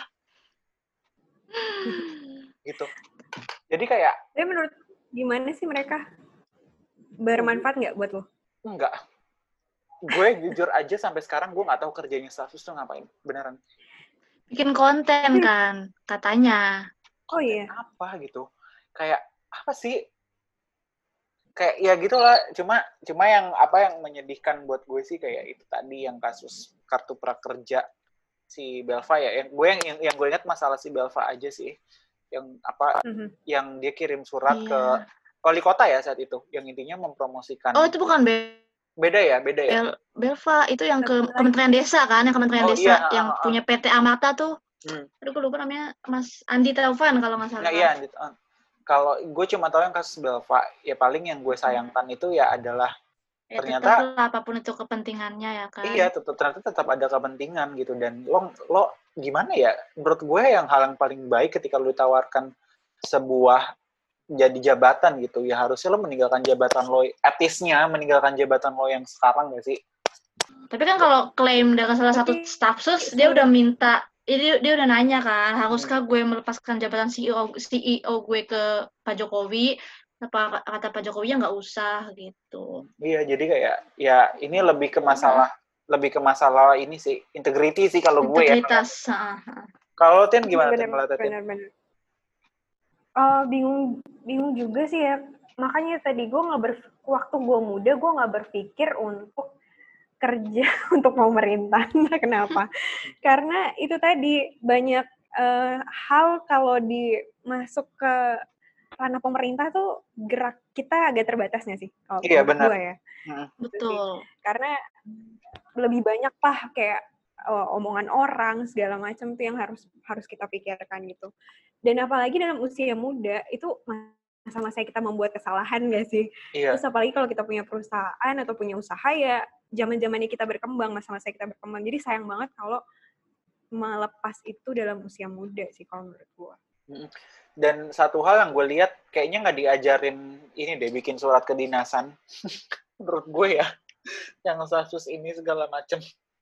Gitu. Jadi kayak... Tapi menurut gimana sih mereka? Bermanfaat nggak buat lo? Enggak. Gue jujur aja sampai sekarang gue nggak tahu kerjanya status tuh ngapain. Beneran. Bikin konten kan, katanya. Oh iya. Apa gitu. Kayak apa sih? Kayak ya gitulah. Cuma yang menyedihkan buat gue sih kayak itu tadi yang kasus kartu prakerja si Belva ya. Yang gue ingat masalah si Belva aja sih. Yang dia kirim surat ke wali kota ya saat itu, yang intinya mempromosikan. Oh, itu bukan beda ya. Belva itu yang ke Kementerian Desa kan, yang Kementerian Desa yang punya PT Amata tuh. Aduh, gue lupa namanya, Mas Andi Taufan kalau nggak salah. Iya, Andi. Kalau gue cuma tahu yang kasus Belva, ya paling yang gue sayangkan itu ya adalah ya, ternyata apapun itu kepentingannya ya kan. Iya, ternyata tetap ada kepentingan gitu. Dan lo gimana ya, menurut gue hal yang paling baik ketika lo ditawarkan sebuah jadi jabatan gitu, ya harusnya lo meninggalkan jabatan lo, etisnya meninggalkan jabatan lo yang sekarang gak sih? Tapi kan kalau klaim dari salah satu staff sus, dia udah minta, dia udah nanya kan, haruskah gue melepaskan jabatan CEO gue ke Pak Jokowi? Kata Pak Jokowi ya nggak usah gitu. Iya, jadi kayak ya ini lebih ke masalah ini sih, integrity sih kalau gue ya. Integritas. Kalau Tin gimana? Benar-benar. Bingung juga sih ya. Makanya tadi gue waktu gue muda gue nggak berpikir untuk kerja untuk pemerintah. Kenapa? Karena itu tadi banyak hal kalau masuk ke ranah pemerintah tuh gerak kita agak terbatas nggak sih? Iya benar. Gue ya. Betul. Karena lebih banyak kayak omongan orang segala macam tuh yang harus kita pikirkan gitu. Dan apalagi dalam usia muda itu masa-masa kita membuat kesalahan nggak sih? Iya. Terus apalagi kalau kita punya perusahaan atau punya usaha ya zaman-zamannya kita berkembang, masa-masa kita berkembang. Jadi sayang banget kalau melepas itu dalam usia muda sih kalau menurut gue. Dan satu hal yang gue lihat kayaknya nggak diajarin ini deh, bikin surat kedinasan. Menurut gue ya, yang status ini segala macem.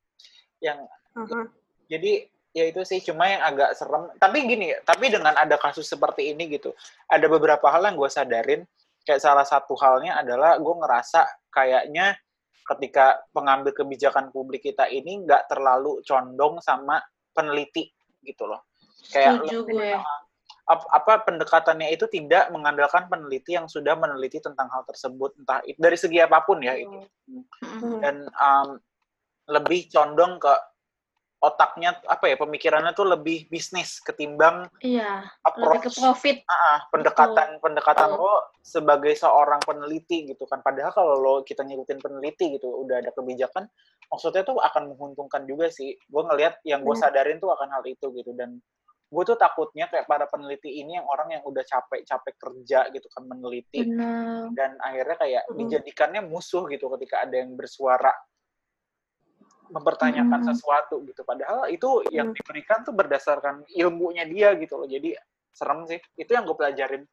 Jadi ya itu sih, cuma yang agak serem. Tapi gini, tapi dengan ada kasus seperti ini gitu, ada beberapa hal yang gue sadarin. Kayak salah satu halnya adalah gue ngerasa kayaknya ketika pengambil kebijakan publik kita ini nggak terlalu condong sama peneliti gitu loh. Kayak pendekatannya itu tidak mengandalkan peneliti yang sudah meneliti tentang hal tersebut, entah dari segi apapun ya itu. Dan lebih condong ke otaknya pemikirannya tuh lebih bisnis ketimbang approach, lebih ke profit. Pendekatan lo sebagai seorang peneliti gitu kan. Padahal kalau kita ngikutin peneliti gitu, udah ada kebijakan, maksudnya tuh akan menguntungkan juga sih. Gue ngelihat yang gue sadarin tuh akan hal itu gitu. Dan gue tuh takutnya kayak para peneliti ini yang orang yang udah capek kerja gitu kan meneliti. Dan akhirnya kayak dijadikannya musuh gitu ketika ada yang bersuara mempertanyakan sesuatu gitu, padahal itu yang diberikan tuh berdasarkan ilmunya dia gitu loh. Jadi serem sih, itu yang gue pelajarin.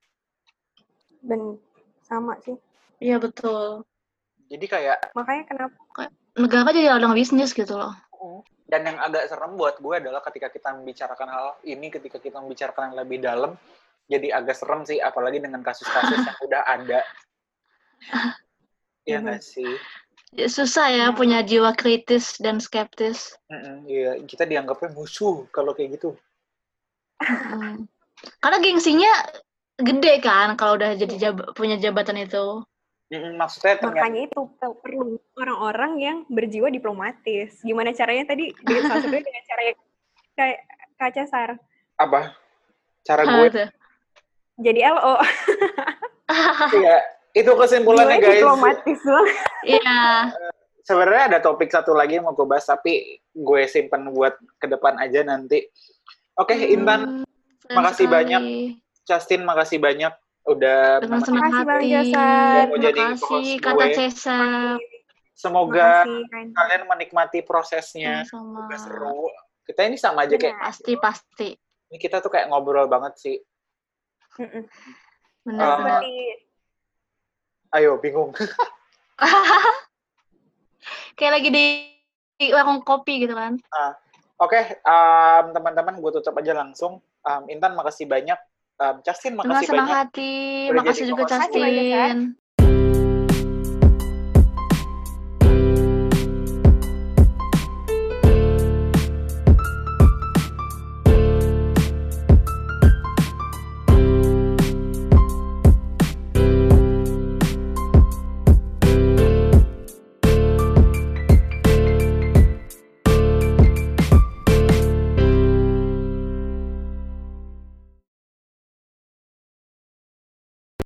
Sama sih. Iya betul. Jadi kayak makanya kenapa negara jadi ladang bisnis gitu loh. Dan yang agak serem buat gue adalah ketika kita membicarakan hal ini, ketika kita membicarakan yang lebih dalam, jadi agak serem sih, apalagi dengan kasus-kasus yang udah ada. Iya nggak sih? Ya, susah ya punya jiwa kritis dan skeptis. Iya, kita dianggapnya musuh kalau kayak gitu. Karena gengsinya gede kan kalau udah jadi punya jabatan itu. Maksudnya ternyata Makanya itu perlu orang-orang yang berjiwa diplomatis. Gimana caranya tadi? Salah satunya dengan cara kayak Kak Cesar. apa? Cara gue Tuh. Jadi LO. ya itu kesimpulannya Jiwanya guys. diplomatis banget. Iya. Sebenarnya ada topik satu lagi yang mau gue bahas tapi gue simpen buat ke depan aja nanti. Oke, Intan, makasih banyak. Justin, makasih banyak udah dengan senang Makasih Bang hati. Josar. Mau Terima jadi kasih host kata gue. Cesar. Semoga Makasih, Ren. kalian menikmati prosesnya. Sama. Udah seru. Kita ini sama aja kayak Pasti. ini kita tuh kayak ngobrol banget sih. Benar. Seperti Ayo, bingung. Kayak lagi di warung kopi gitu kan. Oke, teman-teman, gue tutup aja langsung. Intan, makasih banyak. Justin, Dengan makasih senang banyak. hati. Udah Makasih jadi juga co-host gue. Makasih, Bang Josar. Justin.